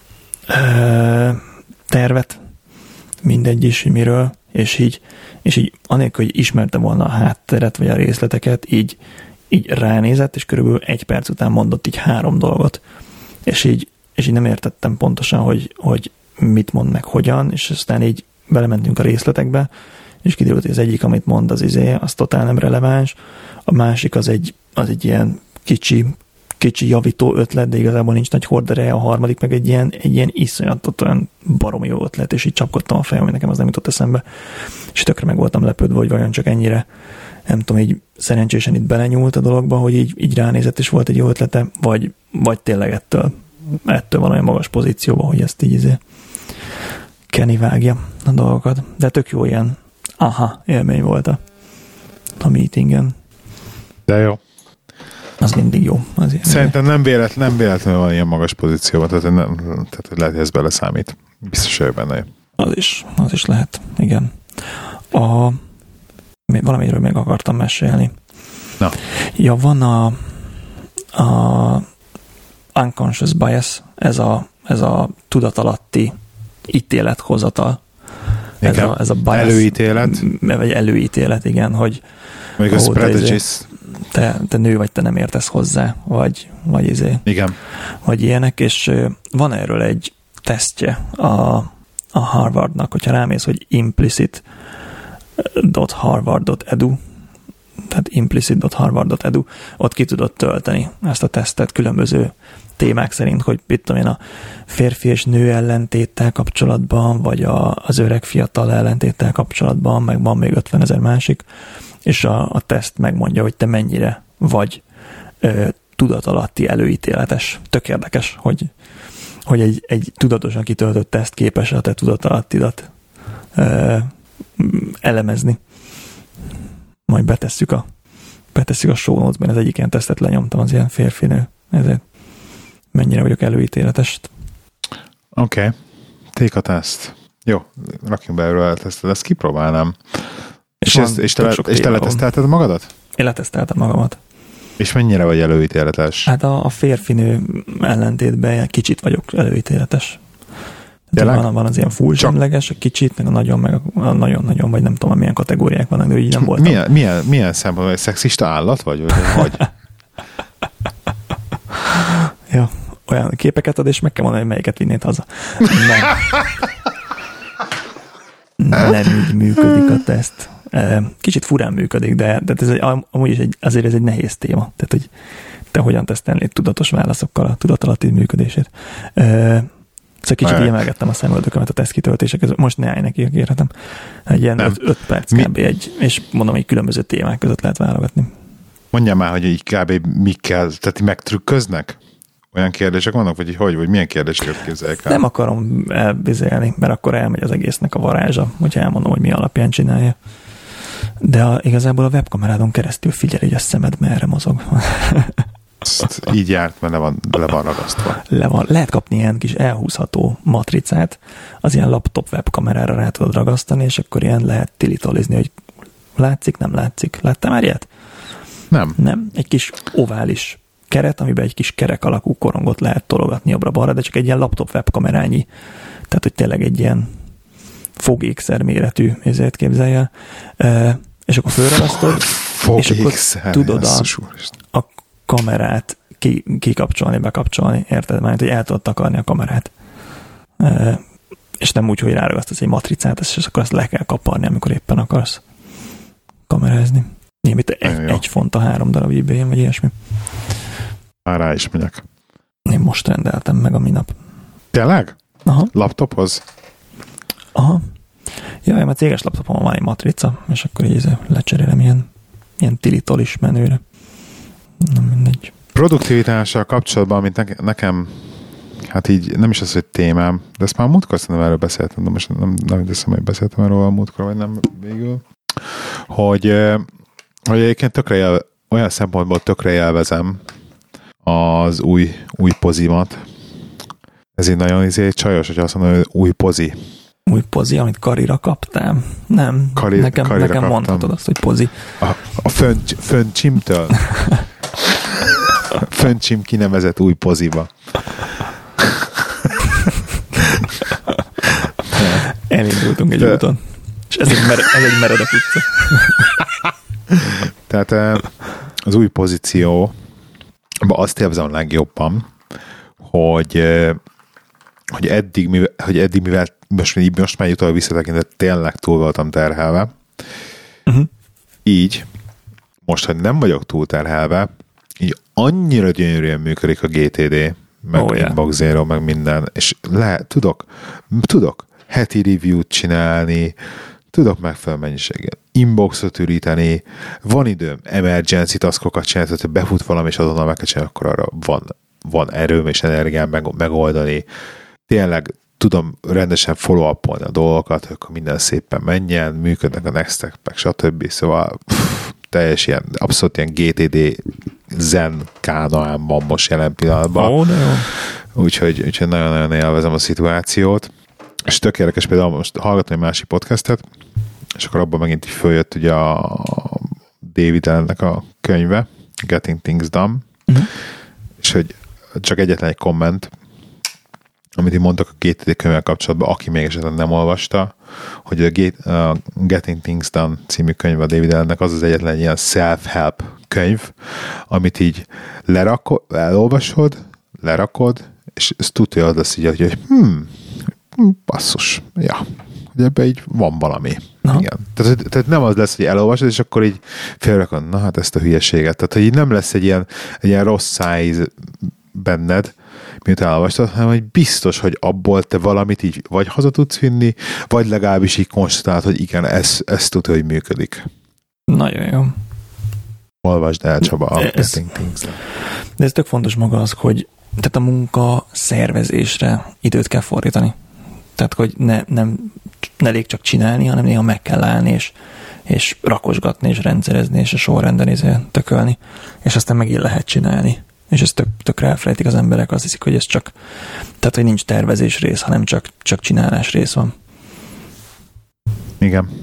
tervet, mindegy is, miről, és így anélkül, hogy ismerte volna a hátteret, vagy a részleteket, így ránézett, és körülbelül 1 perc után mondott így 3 dolgot, és így nem értettem pontosan, hogy mit mond meg, hogyan, és aztán így belementünk a részletekbe, és kiderült, hogy az egyik, amit mond, az totál nem releváns, a másik az egy ilyen kicsi javító ötlet, de igazából nincs nagy hordereje, a harmadik meg egy ilyen iszonyatot olyan baromi jó ötlet, és így csapkodtam a fejem, hogy nekem az nem jutott eszembe, és tökre meg voltam lepődve, hogy vajon csak ennyire, nem tudom, így szerencsésen itt belenyúlt a dologba, hogy így ránézett, és volt egy jó ötlete, vagy tényleg ettől valami magas pozícióban, hogy ezt így Kenny vágja a dolgokat. De tök jó ilyen élmény volt a meetingen. De jó. Az mindig jó. Szerintem nem véletlenül van ilyen magas pozícióban, tehát lehet, hogy ez beleszámít. Biztos, hogy benne. Az is lehet, igen. Valamiről még akartam mesélni. Na. Ja, van a unconscious bias, ez a tudatalatti ítélethozatal. Ez a bias, előítélet. Vagy előítélet, igen, hogy még a strategies. Te nő vagy, te nem értesz hozzá, vagy igen. Vagy ilyenek, és van erről egy tesztje a Harvardnak, hogyha rámész, hogy implicit.harvard.edu, tehát implicit.harvard.edu, ott ki tudod tölteni ezt a tesztet különböző témák szerint, hogy mit tudom én, a férfi és nő ellentéttel kapcsolatban, vagy az öreg fiatal ellentéttel kapcsolatban, meg van még 50 000 másik, és a teszt megmondja, hogy te mennyire vagy tudatalatti előítéletes. Tök érdekes, hogy egy tudatosan kitöltött teszt képes a te tudatalattidat elemezni. Majd betesszük a show notes-ben, az egyik ilyen tesztet lenyomtam, az ilyen férfinő. Ezért mennyire vagyok előítéletes. Oké. Take a test. Jó, rakjunk be erről a tesztet, ezt kipróbálnám. És te letesztelted magadat? Én leteszteltem magamat. És mennyire vagy előítéletes? Hát a férfinő ellentétben kicsit vagyok előítéletes. Van az ilyen full semleges, a kicsit, meg a nagyon-nagyon, vagy nem tudom, milyen kategóriák vannak, de így nem voltam. Milyen szempontból, egy szexista állat vagy? Ja, olyan képeket ad, és meg kell mondani, hogy melyiket vinnéd haza. Nem így működik a teszt. Kicsit furán működik, de ez amúgy is azért ez egy nehéz téma. Tehát, hogy te hogyan tesztelnéd tudatos válaszokkal a tudatalatti működését. Szóval kicsit emelgettem a szemöldökömet a teszt kitöltések között. Most ne állj neki, kérhetem. Egy ilyen 5 perc kb. És mondom, hogy különböző témák között lehet válogatni. Mondjál már, hogy így kb. Mikkel, tehát megtrükköznek? Olyan kérdések vannak, vagy milyen kérdéseket képzeljek el? Nem akarom elbizélni, mert akkor elmegy az egésznek a varázsa, hogyha elmondom, hogy mi alapján csinálja. De igazából a webkamerádon keresztül figyel, hogy a szemed merre mozog. Így járt, mert le van ragasztva. Lehet kapni ilyen kis elhúzható matricát, az ilyen laptop webkamerára rá tudod ragasztani, és akkor ilyen lehet tilitolizni, hogy látszik, nem látszik. Láttál már ilyet? Nem. Egy kis ovális keret, amiben egy kis kerek alakú korongot lehet tologatni jobbra-balra, de csak egy ilyen laptop webkamerányi. Tehát, hogy tényleg egy ilyen fogékszer méretű, ezért képzelje. És akkor fölragasztod, és akkor tudod a kamerát kikapcsolni, bekapcsolni, érted? Mert hogy el tudod takarni a kamerát. És nem úgy, hogy ráragasztasz egy matricát, és akkor azt le kell kaparni, amikor éppen akarsz kamerázni. Itt egy font a 3 darab eBay-en, vagy ilyesmi. Már rá is megyek. Én most rendeltem meg a minap. Tényleg? Aha. Laptophoz? Aha. Jaj, mert céges laptopon van egy matrica, és akkor így lecserélem ilyen tilitolis menőre. Nem mindegy. Produktivitással kapcsolatban, amit nekem, hát így nem is az, hogy témám, de ezt már múltkor szerintem erről beszéltem, de most nem hiszem, hogy beszéltem erről a múltkor, vagy nem végül, hogy egyébként olyan szempontból tökre élvezem az új pozimat. Ez így nagyon csajos, hogy azt mondom, hogy új pozi. Új pozi, amit karira kaptál? Nem. Nekem mondhatod azt, hogy pozi. A föncsimtől. Föncsim kinevezett új poziba. Elindultunk egy úton. És ez egy meredek utca. Tehát az új pozíció, azt élvezem legjobban, hogy eddig mivel most már jutóval visszatekintve tényleg túl voltam terhelve, így most, hogy nem vagyok túl terhelve, így annyira gyönyörűen működik a GTD, meg Inbox Zero, meg minden, és tudok heti review-t csinálni, tudok megfelelő mennyiséggel inboxot üríteni, van időm emergency taskokat csinálni, tehát ha befut valami, és azonnal meg kell csinálni, akkor arra van erőm és energiám megoldani. Tényleg tudom rendesen follow-upolni a dolgokat, hogy minden szépen menjen, működnek a nextek, meg stb. Szóval teljes ilyen, abszolút ilyen GTD zen kánaán van most jelen pillanatban. Úgyhogy nagyon-nagyon élvezem a szituációt. És tök érdekes, például most hallgatom egy másik podcastet, és akkor abban megint így följött ugye a David Allennek a könyve, Getting Things Done, és hogy csak egyetlen egy komment, amit így mondtak a GTD könyvvel kapcsolatban, aki még esetleg nem olvasta, hogy a Getting Things Done című könyv a David Allennek az egyetlen ilyen self-help könyv, amit így elolvasod, lerakod, és ezt tudja, az lesz így, hogy basszus, ja, hogy ebben így van valami. Igen. Tehát nem az lesz, hogy elolvasod, és akkor így félrakod, na hát ezt a hülyeséget. Tehát, hogy így nem lesz egy ilyen rossz száj benned, miután elolvastad, hanem hogy biztos, hogy abból te valamit így vagy haza tudsz vinni, vagy legalábbis így konstatálod, hogy igen, ez tudja, hogy működik. Nagyon jó. Olvasd el, Csaba, a Getting Things. De ez tök fontos maga az, hogy tehát a munka szervezésre időt kell fordítani. Tehát, hogy nem elég csak csinálni, hanem néha meg kell állni, és rakosgatni, és rendszerezni, és a sorrenden tökölni, és aztán megint lehet csinálni. És ezt tökre elfelejtik az emberek, azt hiszik, hogy ez csak, tehát, hogy nincs tervezés rész, hanem csak csinálás rész van. Igen.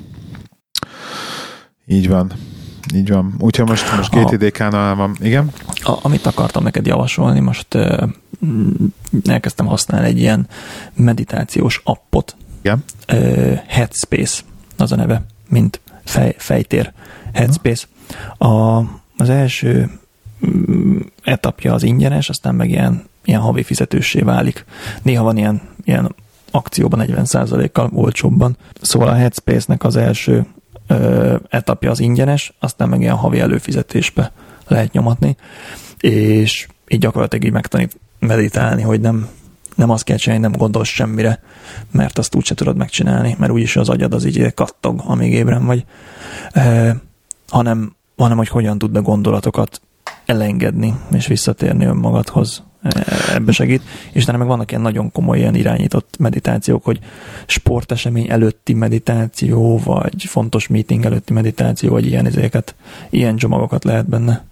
Így van. Úgyhogy most GTD-kánál van. Igen? Amit akartam neked javasolni, most elkezdtem használni egy ilyen meditációs appot. Igen. Headspace az a neve, mint fejtér. Headspace. Az első etapja az ingyenes, aztán meg ilyen havi fizetőssé válik. Néha van ilyen akcióban 40%-kal olcsóbban. Szóval a Headspace-nek az első etapja az ingyenes, aztán meg ilyen havi előfizetésbe lehet nyomatni, és így gyakorlatilag így megtanít meditálni, hogy nem azt kell csinálni, nem gondolsz semmire, mert azt úgyse tudod megcsinálni, mert úgyis az agyad az így kattog, amíg ébren vagy, hanem hogy hogyan tud a gondolatokat elengedni, és visszatérni önmagadhoz. Ebbe segít, és utána meg vannak ilyen nagyon komoly ilyen irányított meditációk, hogy sportesemény előtti meditáció, vagy fontos meeting előtti meditáció, vagy ilyen csomagokat lehet benne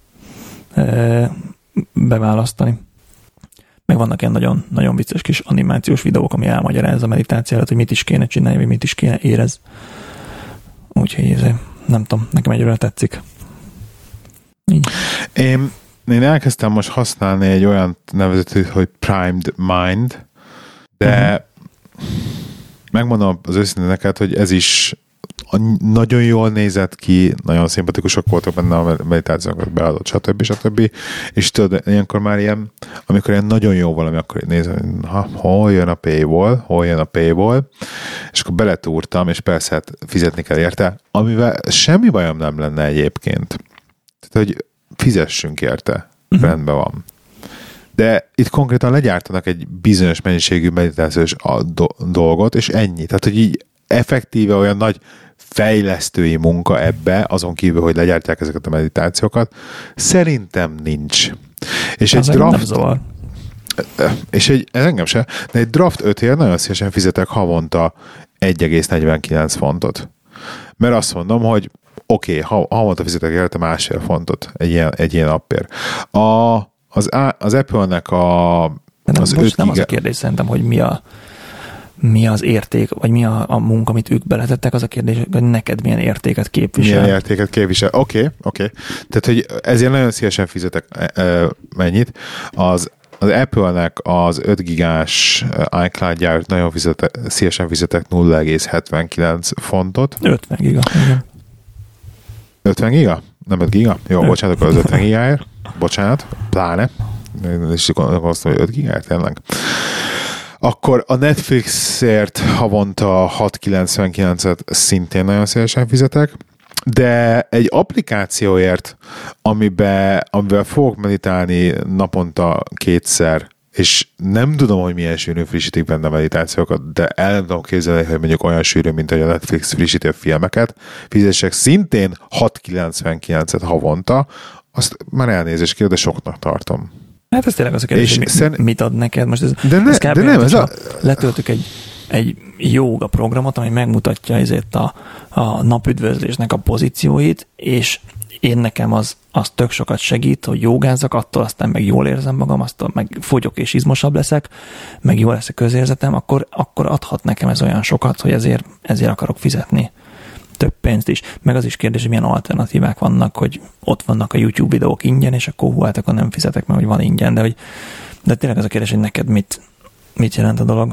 beválasztani. Meg vannak ilyen nagyon, nagyon vicces kis animációs videók, ami elmagyarázza a meditáció előtt, hogy mit is kéne csinálni, vagy mit is kéne érez. Úgyhogy nem tudom, nekem egyről tetszik. Így. Én elkezdtem most használni egy olyan nevezetét, hogy Primed Mind, de megmondom az őszintén neked, hogy ez is nagyon jól nézett ki, nagyon szimpatikusok voltak benne a meditációkat beadott, stb. És tudod, ilyenkor már ilyen, amikor ilyen nagyon jó valami, akkor nézem, hol jön a paywall, és akkor beletúrtam, és persze hát fizetni kell érte, amivel semmi bajom nem lenne egyébként. Tehát, hogy fizessünk érte, rendben van. De itt konkrétan legyártanak egy bizonyos mennyiségű meditációs dolgot, és ennyi. Tehát, hogy így effektíve olyan nagy fejlesztői munka ebbe, azon kívül, hogy legyártják ezeket a meditációkat, szerintem nincs. És egy draft... ez engem se, de egy draft 5-ért nagyon szívesen fizetek havonta 1,49 fontot. Mert azt mondom, hogy oké, havonta fizetek érte 1,5 fontot egy ilyen appért. Az Apple-nek az 5 nem az a kérdés szerintem, hogy mi az érték, vagy mi a munka, amit ők beletettek, az a kérdés, hogy neked milyen értéket képvisel. Milyen értéket képvisel. Oké. Tehát, hogy ezért nagyon szívesen fizetek mennyit. Az Apple-nek az 5 gigás iCloud-jáért nagyon szívesen fizetek 0,79 fontot. 50 giga. Igen. 50 giga? Nem 5 giga? Jó, bocsánat, akkor az 50 gigáért. Bocsánat, pláne. És akkor azt mondom, hogy 5 gigáért tényleg. Akkor a Netflixért havonta 6,99-et szintén nagyon szívesen fizetek, de egy applikációért, amivel fogok meditálni naponta 2-szer, és nem tudom, hogy milyen sűrűn frissítik benne a meditációkat, de el nem tudom képzelni, hogy mondjuk olyan sűrű, mint hogy a Netflix frissíti a filmeket, fizessek szintén 6,99-et havonta, azt már elnézést kérem, de soknak tartom. Hát ez tényleg az a kérdés, hogy mit ad neked? Most ez de nem, letöltök egy jóga programot, ami megmutatja ezért a napüdvözlésnek a pozícióit, és én nekem az tök sokat segít, hogy jogázzak, attól aztán meg jól érzem magam, aztól meg fogyok és izmosabb leszek, meg jól lesz a közérzetem, akkor adhat nekem ez olyan sokat, hogy ezért akarok fizetni több pénzt is. Meg az is kérdés, hogy milyen alternatívák vannak, hogy ott vannak a YouTube videók ingyen, és akkor hát akkor nem fizetek, mert hogy van ingyen, de tényleg az a kérdés, hogy neked mit jelent a dolog.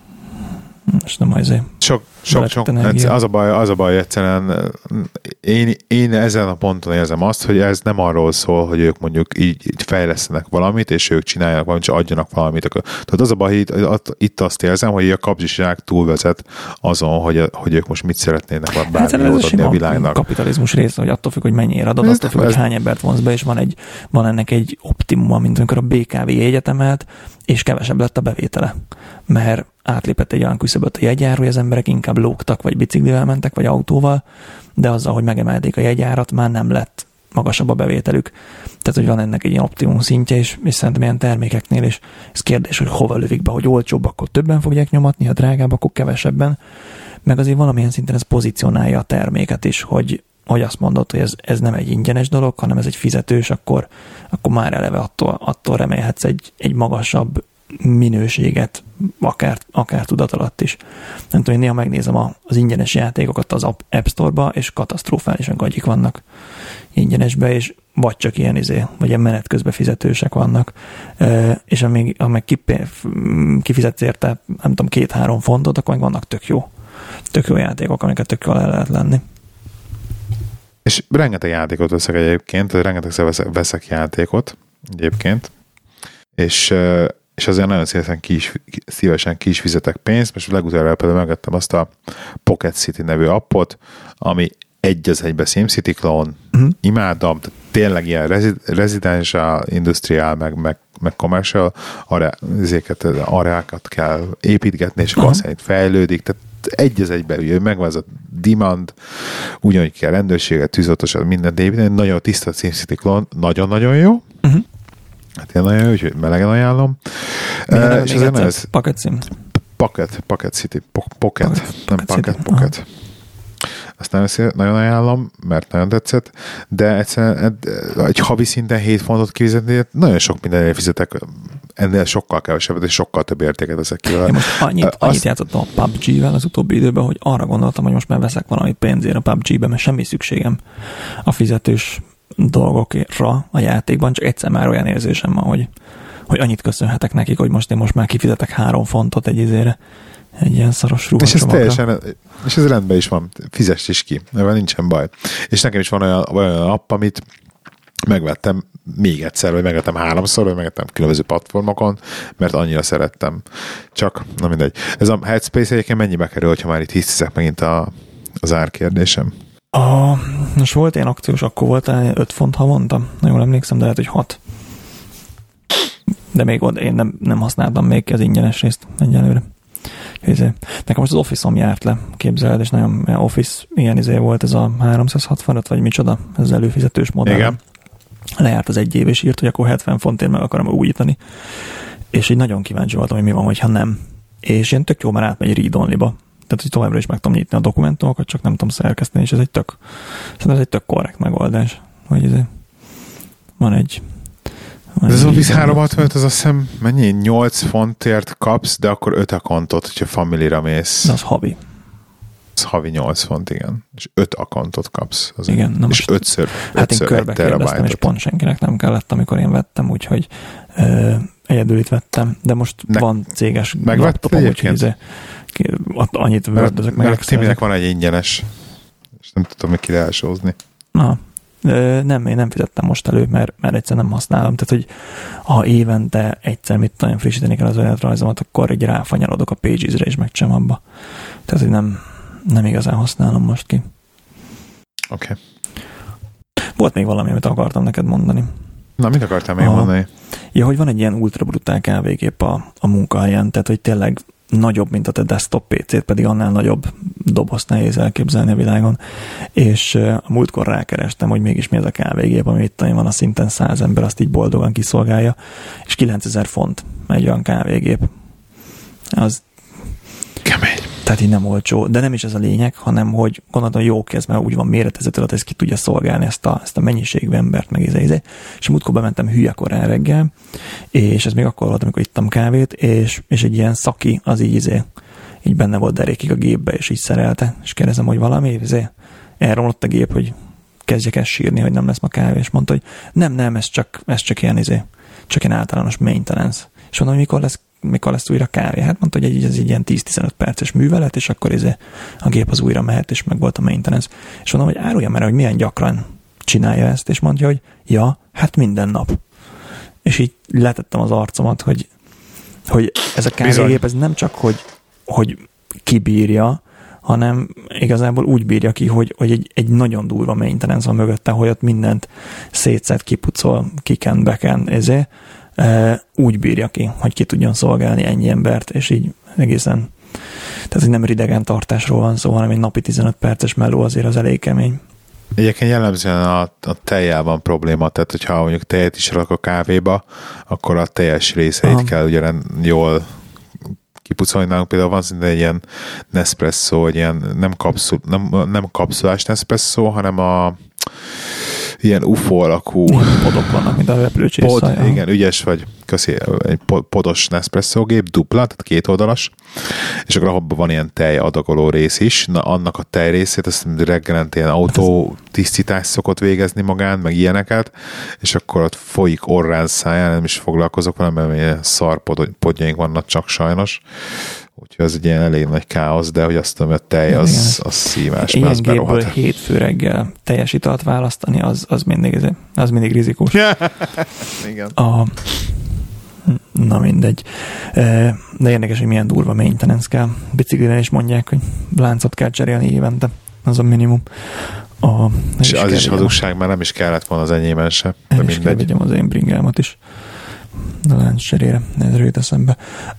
Most nem azért. Sok. Az a baj egyszerűen, én ezen a ponton érzem azt, hogy ez nem arról szól, hogy ők mondjuk így fejlesztenek valamit, és ők csináljanak valamit, és adjanak valamit. Tehát az a baj, itt azt érzem, hogy a kapzsiság túlvezet azon, hogy ők most mit szeretnének bármi jót adni a világnak. A kapitalizmus része, hogy attól függ, hogy mennyire adod, attól függ, hogy hány embert vonsz be, és van ennek egy optimuma, mint amikor a BKV jegyet és kevesebb lett a bevétele. Mert átlépett egy olyan küszöböt a jegyár, hogy az emberek inkább lógtak, vagy biciklivel mentek, vagy autóval, de azzal, hogy megemelték a jegyárat, már nem lett magasabb a bevételük. Tehát, hogy van ennek egy ilyen optimum szintje, és szerintem ilyen termékeknél, és ez kérdés, hogy hova lövik be, hogy olcsóbb, akkor többen fogják nyomatni, ha drágább, akkor kevesebben. Meg azért valamilyen szinten ez pozícionálja a terméket is, hogy azt mondod, hogy ez nem egy ingyenes dolog, hanem ez egy fizetős, akkor már eleve attól remélhetsz egy magasabb minőséget, akár tudat alatt is. Nem tudom, én néha megnézem az ingyenes játékokat az App Store-ba, és katasztrofálisan gagyik vannak ingyenesbe, és vagy csak ilyen vagy ilyen menet közben fizetősek vannak, és amíg kifizetsz érte, nem tudom, 2-3 fontot, akkor meg vannak tök jó játékok, amiket tök jól el lehet lenni. És rengeteg játékot veszek egyébként, rengeteg veszek játékot egyébként, és azért nagyon szívesen ki is fizetek pénzt. Most legutoljára például megettem azt a Pocket City nevű appot, ami egy az egybe SimCity klón. Imádom, tényleg ilyen residential, industrial, meg meg commercial areákat kell építgetni, és akkor szerint fejlődik, tehát egy az egybe, megvan ez a demand, ugyanúgy kell rendőrséget, tűzoltósat, mindent építeni, nagyon tiszta SimCity klón, nagyon-nagyon jó. Hát én nagyon jó, úgyhogy melegen ajánlom. És ez Pocket Sim. Pocket City. Pocket. Azt nagyon ajánlom, mert nagyon tetszett, de egyszerűen egy havi szinten 7 fontot kifizetni, nagyon sok mindenre fizetek, ennél sokkal kevesebbet, és sokkal több értéket ezek ki. Én most annyit játszottam a PUBG-vel az utóbbi időben, hogy arra gondoltam, hogy most már veszek valamit pénzért a PUBG-ben, mert semmi szükségem a fizetős dolgokra a játékban, csak egyszer már olyan érzésem van, hogy annyit köszönhetek nekik, hogy én most már kifizetek 3 fontot egy izére, egy ilyen szaros ruhacsomagra. És ez rendben is van, fizess is ki, mert nincsen baj. És nekem is van olyan app, amit megvettem még egyszer, vagy megvettem 3-szor, vagy megvettem különböző platformokon, mert annyira szerettem. Csak, na mindegy. Ez a Headspace egyébként mennyibe kerül, hogyha már itt hiszek megint az árkérdésem? Most volt ilyen akciós, akkor volt 5 font havonta, jól emlékszem, de lehet, hogy 6. De még oda én nem használtam még az ingyenes részt egyelőre. Nekem most az Office-om járt le, képzeled, és nagyon Office ilyen volt, ez a 365, vagy micsoda, ez az előfizetős modell. Igen. Lejárt az 1 év, és írt, hogy akkor 70 fontért meg akarom újítani. És így nagyon kíváncsi voltam, hogy mi van, hogyha nem. És ilyen tök jó, már átmegy read-only-ba. Tehát, hogy továbbra is meg tudom nyitni a dokumentumokat, csak nem tudom szerkeszteni, és ez egy tök korrekt megoldás. Hogy van egy ez az Office 365, az azt hiszem mennyi? 8 fontért kapsz, de akkor 5 accountot, hogyha family-ra mész. De az havi. Az havi 8 font, igen. És 5 accountot kapsz. Az igen. Na és 5-ször hát én körbe kérdeztem, és pont senkinek nem kellett, amikor én vettem, úgyhogy egyedül itt vettem, de most van céges laptopom, úgyhogy annyit vördözök meg. Mert Timinek van egy ingyenes, és nem tudom, hogy kire elsózni. Nem, én nem fizettem most elő, mert egyszer nem használom. Tehát, hogy ha évente egyszer nagyon frissíteni kell az önéletrajzomat, akkor egy ráfanyarodok a Pages-re, és megcsinálom abba. Tehát, hogy nem igazán használom most ki. Oké. Volt még valami, amit akartam neked mondani. Na, mit akartál még mondani? Ja, hogy van egy ilyen ultra brutál kávégép a munkahelyen, tehát, hogy tényleg nagyobb, mint a te desktop PC-t, pedig annál nagyobb dobozt nehéz elképzelni a világon. És a múltkor rákerestem, hogy mégis mi ez a kávégép, ami itt van a szinten 100 ember, azt így boldogan kiszolgálja, és 9000 font egy olyan kávégép. Az kemény. Tehát így nem olcsó, de nem is ez a lényeg, hanem hogy gondoltam, hogy jó kezd, mert úgy van méretezett, hogy ez ki tudja szolgálni ezt a mennyiségű embert, meg és múltkor bementem hülye korán reggel, és ez még akkor volt, amikor ittam kávét, és egy ilyen szaki az így benne volt derékig a gépbe, és így szerelte, és kérdezem, hogy valami, elromlott a gép, hogy kezdjek el sírni, hogy nem lesz ma kávé, és mondta, hogy nem, ez csak ilyen csak ilyen általános maintenance. És mondom, hogy mikor lesz újra kávé? Hát mondta, hogy ez egy ilyen 10-15 perces művelet, és akkor a gép az újra mehet, és meg volt a maintenance. És mondom, hogy árulja már, hogy milyen gyakran csinálja ezt, és mondja, hogy ja, hát minden nap. És így letettem az arcomat, hogy ez a kávégép, ez nem csak, hogy kibírja, hanem igazából úgy bírja ki, hogy egy nagyon durva maintenance van mögötte, hogy ott mindent szétszed, kipucol, kiken, beken, úgy bírja ki, hogy ki tudjon szolgálni ennyi embert, és így egészen, tehát hogy nem ridegen tartásról van szó, hanem egy napi 15 perces meló azért az elég kemény. Egyébként jellemzően a tejjel van probléma, tehát hogyha mondjuk tejet is rak a kávéba, akkor a teljes részeit kell ugye jól kipucolni. Nálunk például van szinte egy ilyen Nespresso, egy ilyen nem kapszulás Nespresso, hanem ilyen UFO alakú podok vannak, mint a repülőcsésze. Igen, ügyes vagy. Köszi, egy podos Nespresso gép, dupla, tehát 2 oldalas, és akkor abban van ilyen tej adagoló rész is. Na, annak a tej részét, azt reggelente ilyen autótisztítás szokott végezni magán, meg ilyeneket, és akkor ott folyik orrán száján, nem is foglalkozok vele, mert ilyen szar podjaink vannak csak sajnos. Úgyhogy ez egy ilyen elég nagy káosz, de hogy azt tudom, hogy a tej az szívás, mert az berohad. Ilyen hétfő reggel teljes italt választani, az mindig rizikós. Igen. Na mindegy. De érdekes, hogy milyen durva maintenance kell. Biciklire is mondják, hogy láncot kell cserélni évente. Az a minimum. És az is hazugság, már nem is kellett volna az enyémen se. El is kell vegyem az én bringámat is. a láncserére, ez jut eszembe.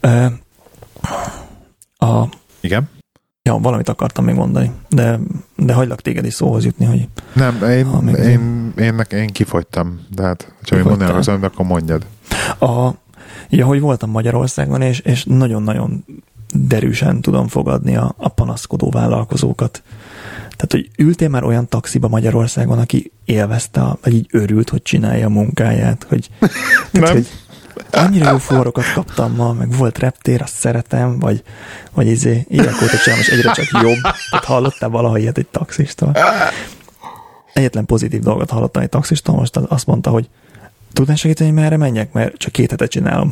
Igen? Ja, valamit akartam még mondani, de hagylak téged is szóhoz jutni, hogy... Nem, én kifogytam, de hát, ha még mondani az akkor mondjad. Hogy voltam Magyarországon, és nagyon-nagyon derűsen tudom fogadni a panaszkodó vállalkozókat. Tehát, hogy ültél már olyan taxiba Magyarországon, aki élvezte, vagy így örült, hogy csinálja a munkáját, hogy... Tehát, hogy annyira jó forrokat kaptam ma, meg volt reptér, azt szeretem, vagy évek óta csinálom, és egyre csak jobb. Tehát hallottál valaha ilyet egy taxistól? Egyetlen pozitív dolgot hallottam egy taxistól, most azt mondta, hogy tudnál segíteni, hogy merre menjek? Mert csak 2 hete csinálom.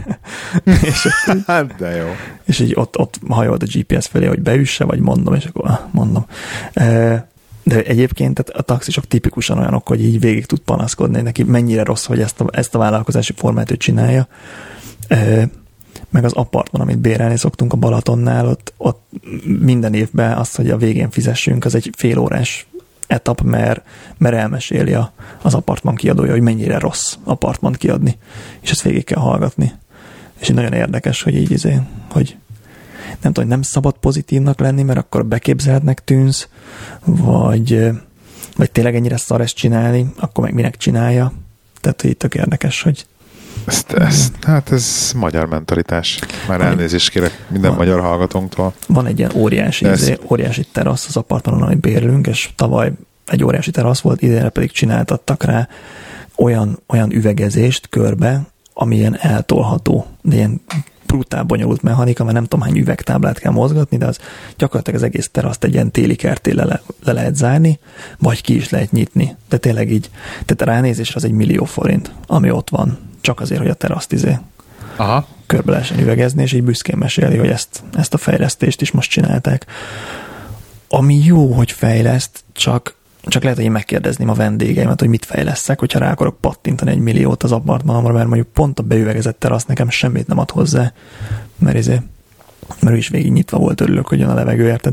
Hát de jó. És így ott hajolt a GPS felé, hogy beüsse, vagy mondom, és akkor mondom. De egyébként a taxisok tipikusan olyanok, hogy így végig tud panaszkodni, neki mennyire rossz, hogy ezt a vállalkozási formát ő csinálja. Meg az apartman, amit bérelni szoktunk a Balatonnál, ott minden évben az, hogy a végén fizessünk, az egy fél órás etap, mert elmeséli az apartman kiadója, hogy mennyire rossz apartmant kiadni, és ezt végig kell hallgatni. És így nagyon érdekes, hogy így hogy nem tudom, nem szabad pozitívnak lenni, mert akkor beképzeltnek tűnsz, vagy tényleg ennyire szar ezt csinálni, akkor meg minek csinálja. Tehát így tök érdekes, hogy... Hát ez magyar mentalitás. Már elnézést kérek minden magyar hallgatónktól. Van egy ilyen óriási terasz az apartmanon, amit bérlünk, és tavaly egy óriási terasz volt, idénre pedig csináltattak rá olyan üvegezést körbe, ami ilyen eltolható, de ilyen brutál bonyolult mechanika, mert nem tudom hány üvegtáblát kell mozgatni, de az gyakorlatilag az egész teraszt egy ilyen téli kerté le lehet zárni, vagy ki is lehet nyitni. De tényleg így, tehát ránézésre az 1 millió forint, ami ott van, csak azért, hogy a teraszt körbe lehessen üvegezni, és így büszkén meséli, hogy ezt a fejlesztést is most csinálták. Ami jó, hogy fejleszt, csak lehet, hogy én megkérdezném a vendégeimet, hogy mit fejleszek, hogyha rá akarok pattintani 1 milliót az apartmanomra, mert mondjuk pont a beüvegezett terasz nekem semmit nem ad hozzá, mert ő is végig nyitva volt, örülök, hogy jön a levegő, érted?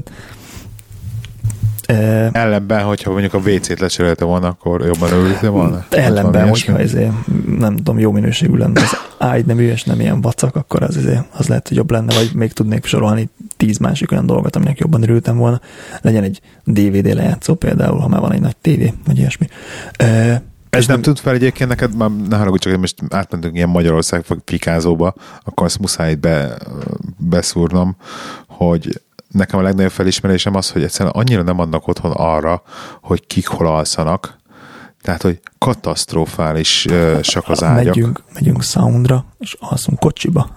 Ellenben, hogyha mondjuk a WC-t lecserélte volna, akkor jobban örültél volna? Ellenben, hogyha nem tudom, jó minőségű lenne az ágynemű, és nem ilyen vacak, akkor az lehet, hogy jobb lenne, vagy még tudnék sorolni 10 másik olyan dolgot, aminek jobban örültem volna. Legyen egy DVD lejátszó például, ha már van egy nagy tévé, vagy ilyesmi. Ez nem tud fel egyébként neked, már ne haragudj, csak most átmentünk ilyen Magyarország fikázóba, akkor azt muszáj beszúrnom, hogy nekem a legnagyobb felismerésem az, hogy egyszerűen annyira nem adnak otthon arra, hogy kik hol alszanak. Tehát, hogy katasztrofális csak az ágyak. Megyünk soundra, és alszunk kocsiba.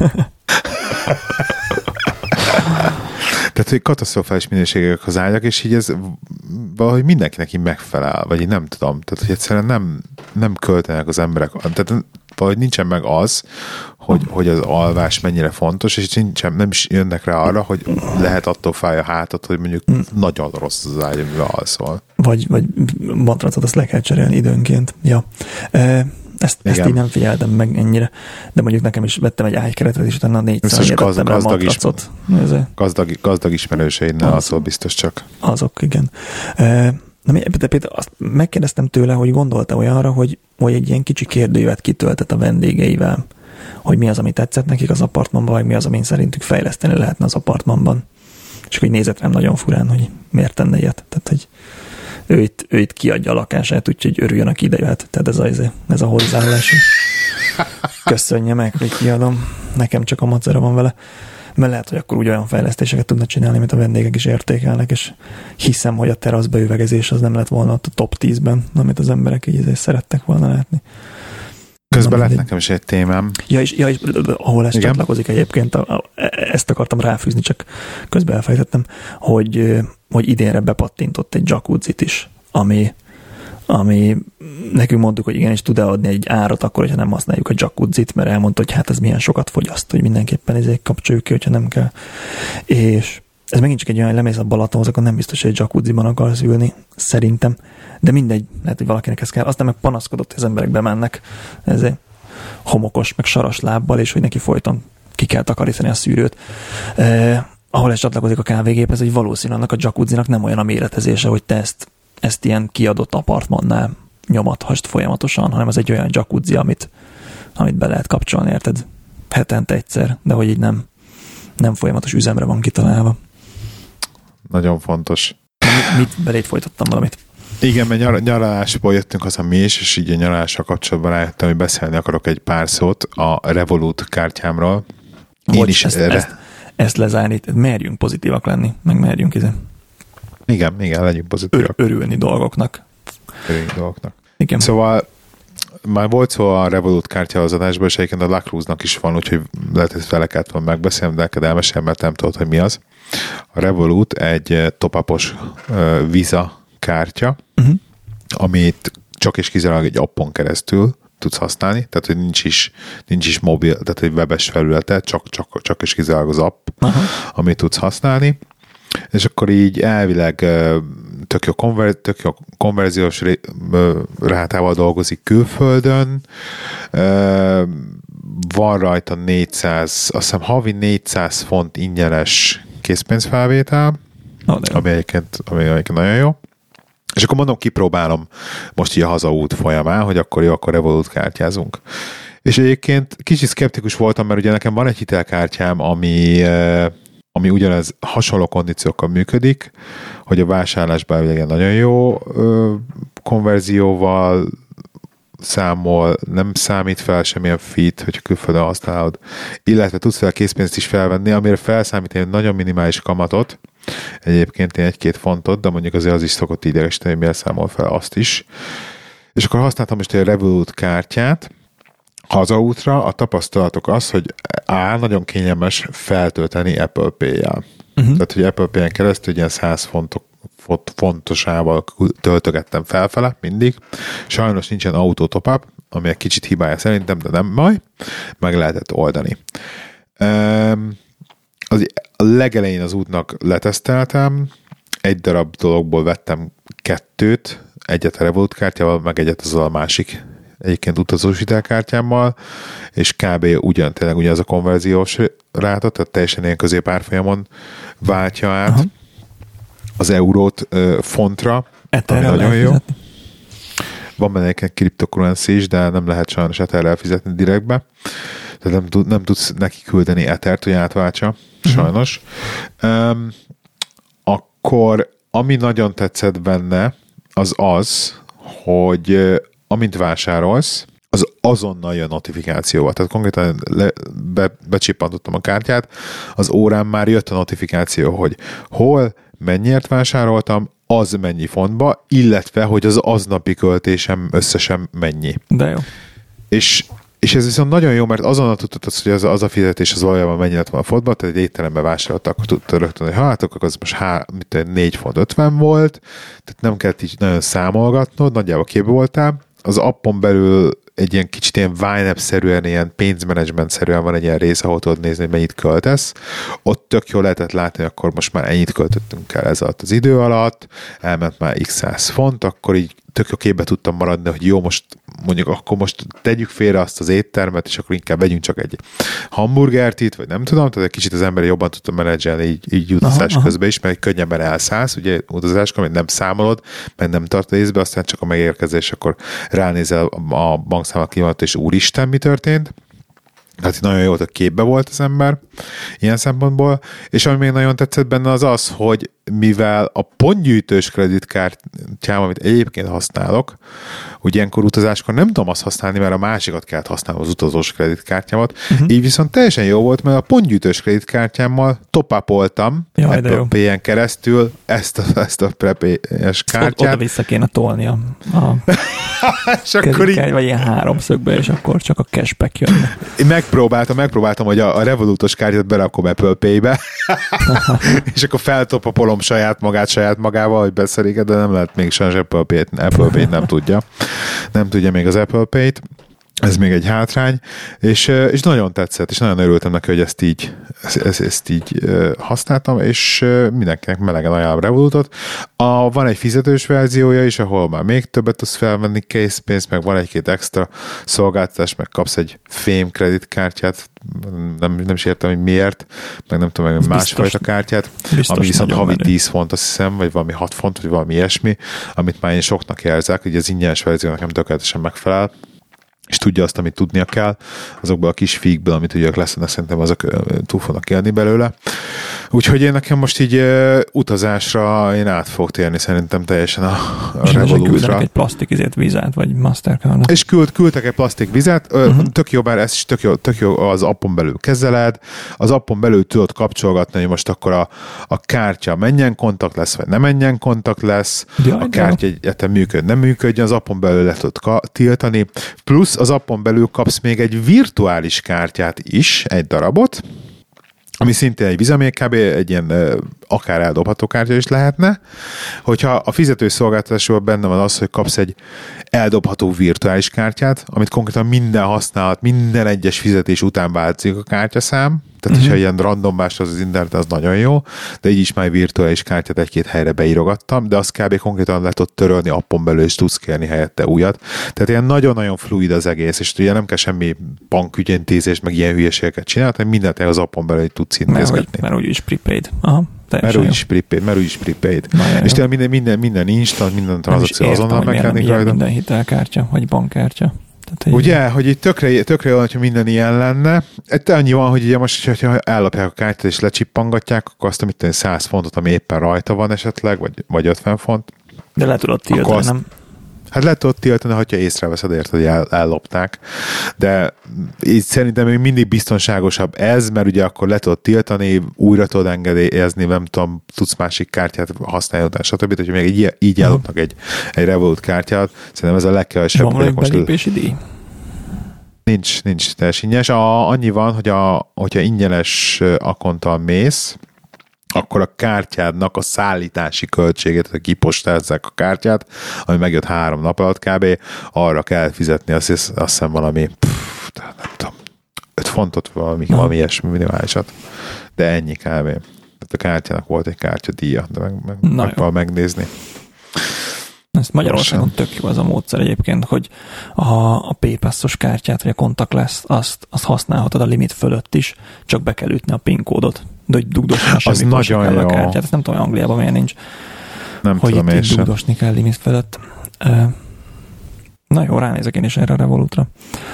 Tehát, hogy katasztrofális minőségek az ágyak, és így ez valahogy mindenkinek így megfelel, vagy így nem tudom. Tehát, hogy egyszerűen nem költenek az emberek. Tehát valahogy nincsen meg az, hogy az alvás mennyire fontos, és nem is jönnek rá arra, hogy lehet attól fáj a hátad, hogy mondjuk nagyon rossz az ágy, amivel alszol. Vagy matracot azt le kell cserélni időnként. Ja. Ezt így nem figyeltem meg ennyire, de mondjuk nekem is vettem egy ágykeretet, és utána 400 tettem rá matracot. Gazdag ismerőseidnél alszol biztos csak. Azok, igen. De például azt megkérdeztem tőle, hogy gondolta olyanra, hogy egy ilyen kicsi kérdőívet kitöltett a vendégeivel, hogy mi az, ami tetszett nekik az apartmanban, vagy mi az, amin szerintük fejleszteni lehetne az apartmanban. És hogy nézett rám nagyon furán, hogy miért tenne ilyet. Tehát, hogy ő itt kiadja a lakását, úgyhogy örüljön, aki ide jöhet. Tehát ez a hozzáállás. Köszönje meg, hogy kiadom. Nekem csak a macera van vele. Mert lehet, hogy akkor úgy olyan fejlesztéseket tudna csinálni, amit a vendégek is értékelnek, és hiszem, hogy a teraszbeüvegezés az nem lett volna ott a top 10-ben, amit az emberek így szerettek volna látni. Közben lett nekem is egy témám. Ja, és ahol ez csatlakozik egyébként, ezt akartam ráfűzni, csak közben elfejtettem, hogy idénre bepattintott egy jacuzzit is, ami nekünk mondtuk, hogy igenis tud adni egy árat akkor, hogyha nem használjuk a jacuzzit, mert elmondta, hogy hát ez milyen sokat fogyaszt, hogy mindenképpen ezért kapcsoljuk ki, hogyha nem kell. És ez megint csak egy olyan, lemész a Balatonhoz, akkor nem biztos, hogy egy jacuzziban akarsz ülni, szerintem. De mindegy, lehet, hogy valakinek ez kell. Aztán meg panaszkodott, hogy az emberek bemennek ezért homokos, meg saras lábbal, és hogy neki folyton ki kell takarítani a szűrőt. Ahol ez csatlakozik a kávégéphez, hogy valószínűleg annak a jacuzzinak nem olyan a méretezése, hogy te ezt ilyen kiadott apartmannál nyomathast folyamatosan, hanem ez egy olyan jacuzzi, amit amit be lehet kapcsolni, érted? Hetente egyszer, de hogy így nem folyamatos üzemre van kitalálva. Nagyon fontos. Mit belét folytattam valamit? Igen, mert nyaralásból jöttünk haza mi is, és így a nyaralással kapcsolatban rájöttem, hogy beszélni akarok egy pár szót a Revolut kártyámról. Én is ezt lezárni, merjünk pozitívak lenni, meg merjünk Igen, legyünk pozitívak. Örülni dolgoknak. Igen. Szóval már volt szó a Revolut kártya az adásban, és egyébként a Lacruz-nak is van, úgyhogy lehet, hogy vele kellett volna megbeszélni, de neked elmesélem, mert nem tudod, hogy mi az. A Revolut egy top-upos Visa kártya, amit csak és kizárólag egy appon keresztül tudsz használni, tehát hogy nincs is mobil, tehát egy webes felülete, csak és kizárólag az app, amit tudsz használni, és akkor így elvileg tök jó konverziós rátával dolgozik külföldön, van rajta 400, azt hiszem havi 400 font ingyenes készpénzfelvétel, ami egyébként nagyon jó. És akkor mondom, kipróbálom most így a hazaút folyamán, hogy akkor jó, akkor Revolut kártyázunk. És egyébként kicsit szkeptikus voltam, mert ugye nekem van egy hitelkártyám, ami ugyanez hasonló kondíciókkal működik, hogy a vásárlásban legyen nagyon jó konverzióval számol, nem számít fel semmilyen fit, hogyha külföldön használod, illetve tudsz fel készpénzt is felvenni, amire felszámít egy nagyon minimális kamatot, egyébként 1-2 fontot, de mondjuk azért az is szokott idegesíteni, hogy miért számol fel azt is. És akkor használtam most egy Revolut kártyát hazaútra, a tapasztalatok az, hogy nagyon kényelmes feltölteni Apple Pay-jel. Tehát, hogy Apple Pay-en keresztül ilyen 100 fontosával töltögettem felfele mindig. Sajnos nincsen autó top-up, ami egy kicsit hibája szerintem, de nem baj, meg lehetett oldani. A legelején az útnak leteszteltem, egy darab dologból vettem 2, egyet a Revolut kártyával, meg egyet az a másik egyébként utazós hitelkártyámmal, és kb. Tényleg ugyanaz a konverziós ráta, tehát teljesen ilyen középárfolyamon váltja át az eurót fontra, ami nagyon jó. Fizetni. Van benne egy cryptocurrency is, de nem lehet sajnos Etherrel fizetni direktbe. Tehát nem tudsz neki küldeni Ethert, hogy átváltsa, sajnos. Akkor ami nagyon tetszett benne, az, hogy amint vásárolsz, az azonnal jön notifikációval. Tehát konkrétan becsippantottam a kártyát, az órán már jött a notifikáció, hogy hol, mennyiért vásároltam, az mennyi fontba, illetve, hogy az aznapi költésem összesen mennyi. De jó. És ez viszont nagyon jó, mert azonnal tudtad, hogy az a fizetés az valójában mennyi lett volna fontba, tehát egy étterembe vásároltak, akkor tudtad rögtön, hogy akkor az most 4 font 50 volt, tehát nem kellett így nagyon számolgatnod, nagyjából képbe voltál. Az appon belül egy ilyen kicsit ilyen Wine-szerűen, ilyen pénzmenedzsment-szerűen van egy ilyen rész, ahol tudod nézni, hogy mennyit költesz. Ott tök jól lehetett látni, hogy akkor most már ennyit költöttünk el ez alatt az idő alatt, elment már x 100 font, akkor így tök jó képbe tudtam maradni, hogy jó, most mondjuk akkor most tegyük félre azt az éttermet, és akkor inkább vegyünk csak egy hamburgert itt, vagy nem tudom, tehát egy kicsit az ember jobban tudta menedzselni így utazás közben is, mert könnyebben elszállsz, ugye utazáskor, mert nem számolod, mert nem tart észbe, aztán csak a megérkezés, akkor ránézel a bankszámla kivonatot, és úristen, mi történt. Hát nagyon jó volt, a képbe volt az ember ilyen szempontból, és ami még nagyon tetszett benne az, hogy mivel a pontgyűjtős kreditkártyám, amit egyébként használok, hogy ilyenkor utazáskor nem tudom azt használni, mert a másikat kellett használnom, az utazós kreditkártyámat, így viszont teljesen jó volt, mert a pontgyűjtős kreditkártyámmal top-upoltam Apple Pay-en keresztül ezt a prepélyes kártyát. Oda vissza kéne tolni a és akkor így... vagy ilyen háromszögbe, és akkor csak a cashback jönne. Én megpróbáltam, hogy a Revolutos kártyát berakom Apple Pay-be, és akkor feltopapolom saját magával, hogy beszeréket, de nem lehet még sajnos Apple Pay-t nem tudja. Nem tudja még az Apple Pay-t. Ez még egy hátrány, és nagyon tetszett, és nagyon örültem neki, hogy ezt így használtam, és mindenkinek melegen ajánlom Revolutot. Van egy fizetős verziója is, ahol már még többet tudsz felvenni készpénzt, meg van egy-két extra szolgáltatás, meg kapsz egy fém kreditkártyát, nem is értem, hogy miért, meg nem tudom, meg másfajta kártyát, ami viszont havi 10 font, azt hiszem, vagy valami 6 font, vagy valami ilyesmi, amit már én soknak érzek, hogy az ingyenes verzió nekem tökéletesen megfelel, és tudja azt, amit tudnia kell, azokból a kis fiékből, amit ugye lesznek, szerintem azok túl fognak élni belőle. Úgyhogy én nekem most így utazásra én át fogok térni szerintem teljesen a Revolutra. Küldenek egy plastik vizet, vagy Mastercard-ot. És küldtek egy plastik vizet, tök jó, bár ez is tök jó az appon belül kezeled, az appon belül tudod kapcsolgatni, hogy most akkor a kártya menjen kontakt lesz, vagy nem menjen kontakt lesz, a kártya egyáltalán működ, nem működjön, az appon belül le tudod tiltani, plusz az appon belül kapsz még egy virtuális kártyát is, egy darabot, ami szintén egy Visa, kb. Egy ilyen akár eldobható kártya is lehetne, hogyha a fizetőszolgáltatásról benne van az, hogy kapsz egy eldobható virtuális kártyát, amit konkrétan minden használat, minden egyes fizetés után változik a kártyaszám, tehát hogyha ilyen random az internet, az nagyon jó, de így is már virtuális kártyát egy-két helyre beírogattam, de azt kb. Konkrétan le tudod törölni appon belül, és tudsz kérni helyette újat. Tehát ilyen nagyon-nagyon fluid az egész, és ugye nem kell semmi bankügyintézés, meg ilyen hülyeségeket csinálni, hanem mindent az appon belül tudsz intézgetni. Mert úgyis prepaid. Aha. Mert úgyis prepaid. És tényleg minden instant, minden tranzakció azonnal megjelenik rajta. Minden hitelkártya, vagy bankkártya. Ugye, hogy itt tökre jó, hogyha minden ilyen lenne. Te annyi van, hogy ugye most, hogyha ellopják a kártyát és lecsippangatják, akkor azt, amit 100 fontot, ami éppen rajta van esetleg, vagy 50 font. De le tudod tiltani, nem? Hát le tudod tiltani, hogyha észreveszed, érted, hogy ellopták. De így szerintem még mindig biztonságosabb ez, mert ugye akkor le tudod tiltani, újra tudod engedélyezni, nem tudom, tudsz másik kártyát használni után, stb. Hogyha még így ellopnak egy Revolut kártyát, szerintem ez a legkevesebb. Van valami belépési díj? Nincs teljesen ingyenes. Annyi van, hogy hogyha ingyenes akkonttal mész, akkor a kártyádnak a szállítási költségét, hogy kipostázzák a kártyát, ami megjött 3 nap alatt kb. Arra kell fizetni, azt hiszem valami, nem tudom, 5 fontot, valami ilyesmi minimálisat. De ennyi kb. Tehát a kártyának volt egy kártyadíja, de meg kell megnézni. Ezt Magyarországon tök jó az a módszer egyébként, hogy a PayPass-os kártyát, vagy a contactless, azt használhatod a limit fölött is, csak be kell ütni a PIN kódot. De hogy dugdosni semmit kell a kártyát. Ezt nem tudom, Angliában miért nincs. Nem hogy tudom itt dugdosni kell limit fölött. Na jó, ránézek én is erre a Revolutra.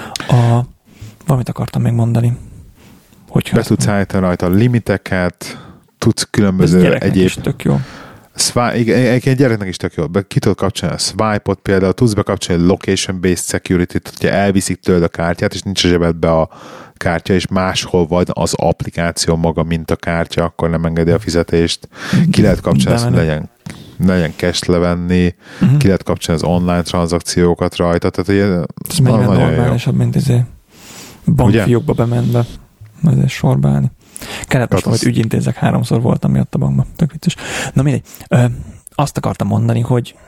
Valamit akartam még mondani. Be tudsz állítani rajta a limiteket, tudsz különböző egyéb... is tök jó. Egy gyereknek is tök jó. Ki tudod kapcsolni a swipe-ot például, tudsz bekapcsolni a location-based security-t, hogyha elviszik tőled a kártyát, és nincs a zsebedbe a kártya, és máshol van az applikáció maga, mint a kártya, akkor nem engedi a fizetést. Ki lehet kapcsolni, legyen cash levenni, ki lehet kapcsolni az online tranzakciókat rajta. Tehát ez mennyivel normálisabb, mint bankfiókba bemenve, ezért sorba állni. Kellett most hogy ügyintézek, 3-szor voltam miatt a bankban. Tök vicces. Na mindegy. Azt akartam mondani,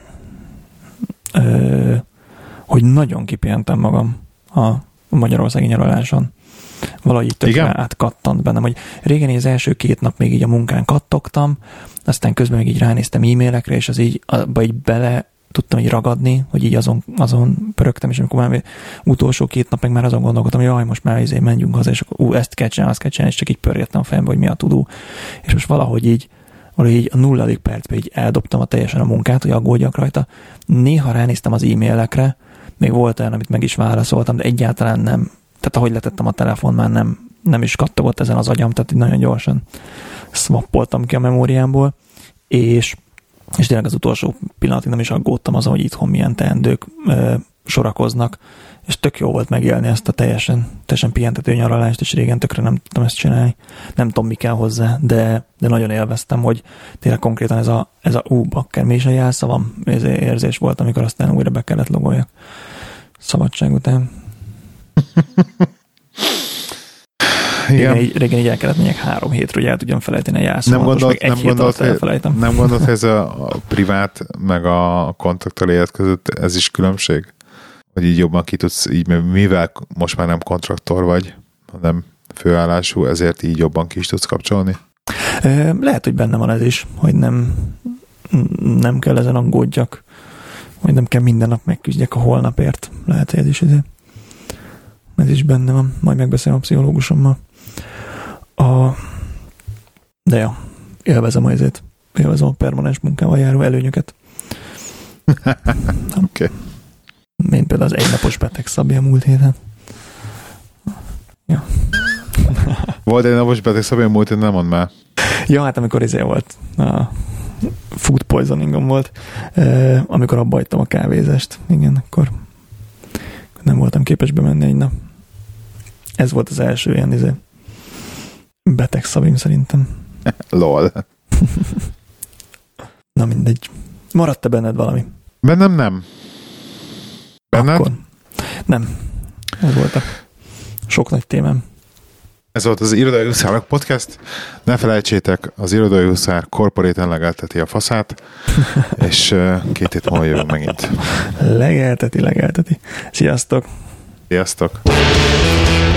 hogy nagyon kipihentem magam a magyarországi nyaraláson. Valahogy így tökre átkattant bennem, hogy régen az első 2 nap még így a munkán kattogtam, aztán közben még így ránéztem e-mailekre, és az így bele tudtam így ragadni, hogy így azon pörögtem, és amikor már utolsó 2 nap meg már azon gondolkodtam, hogy jaj, most már menjünk haza, és akkor ezt kell csinálni, és csak így pörgettem a fejembe, hogy mi a tudó. És most valahogy így a 0. percben így eldobtam teljesen a munkát, hogy aggódjak rajta. Néha ránéztem az e-mailekre, még volt olyan, amit meg is válaszoltam, de egyáltalán nem. Tehát ahogy letettem a telefon, már nem is kattogott ezen az agyam, tehát így nagyon gyorsan swappoltam ki a memóriámból, és tényleg az utolsó pillanatig nem is aggódtam azon, hogy itthon milyen teendők sorakoznak, és tök jó volt megélni ezt a teljesen pihentető nyaralást, és régen tökre nem tudtam ezt csinálni. Nem tudom, mi kell hozzá, de nagyon élveztem, hogy tényleg konkrétan ez a bakker, mi is a jelszavam érzés volt, amikor aztán újra be kellett logoljak szabadság után. Régen így el kellett menjek 3 hétre, hogy el tudjam felejteni a jelszavat, most meg 1 hét alatt elfelejtem. Nem gondolt, hogy ez a privát meg a kontakttal élet között ez is különbség? Hogy így jobban ki tudsz, így, mivel most már nem kontraktor vagy, hanem főállású, ezért így jobban ki is tudsz kapcsolni? Lehet, hogy benne van ez is, hogy nem kell ezen aggódjak, hogy nem kell minden nap megküzdjek a holnapért. Lehet, hogy ez is benne van. Majd megbeszélem a pszichológusommal. De ja, élvezem a permanens munkával járó előnyöket. Oké. mint például az egynapos betegszabja a múlt héten. Ja. Volt egy napos betegszabja a múlt héten, nem mondd már. Ja, hát amikor volt. A food poisoningom volt. Amikor abba hagytam a kávézást. Igen, akkor nem voltam képes bemenni egy nap. Ez volt az első ilyen betegszabim szerintem. Lol. Na mindegy. Maradt-e benned valami? Bennem nem. Benned? Akkor nem. Ez volt a sok nagy témám. Ez volt az Irodai Huszárok Podcast. Ne felejtsétek, az Irodai Huszár korporéten legelteti a faszát, és 2 hét múlva jövünk megint. Legelteti. Sziasztok! Sziasztok!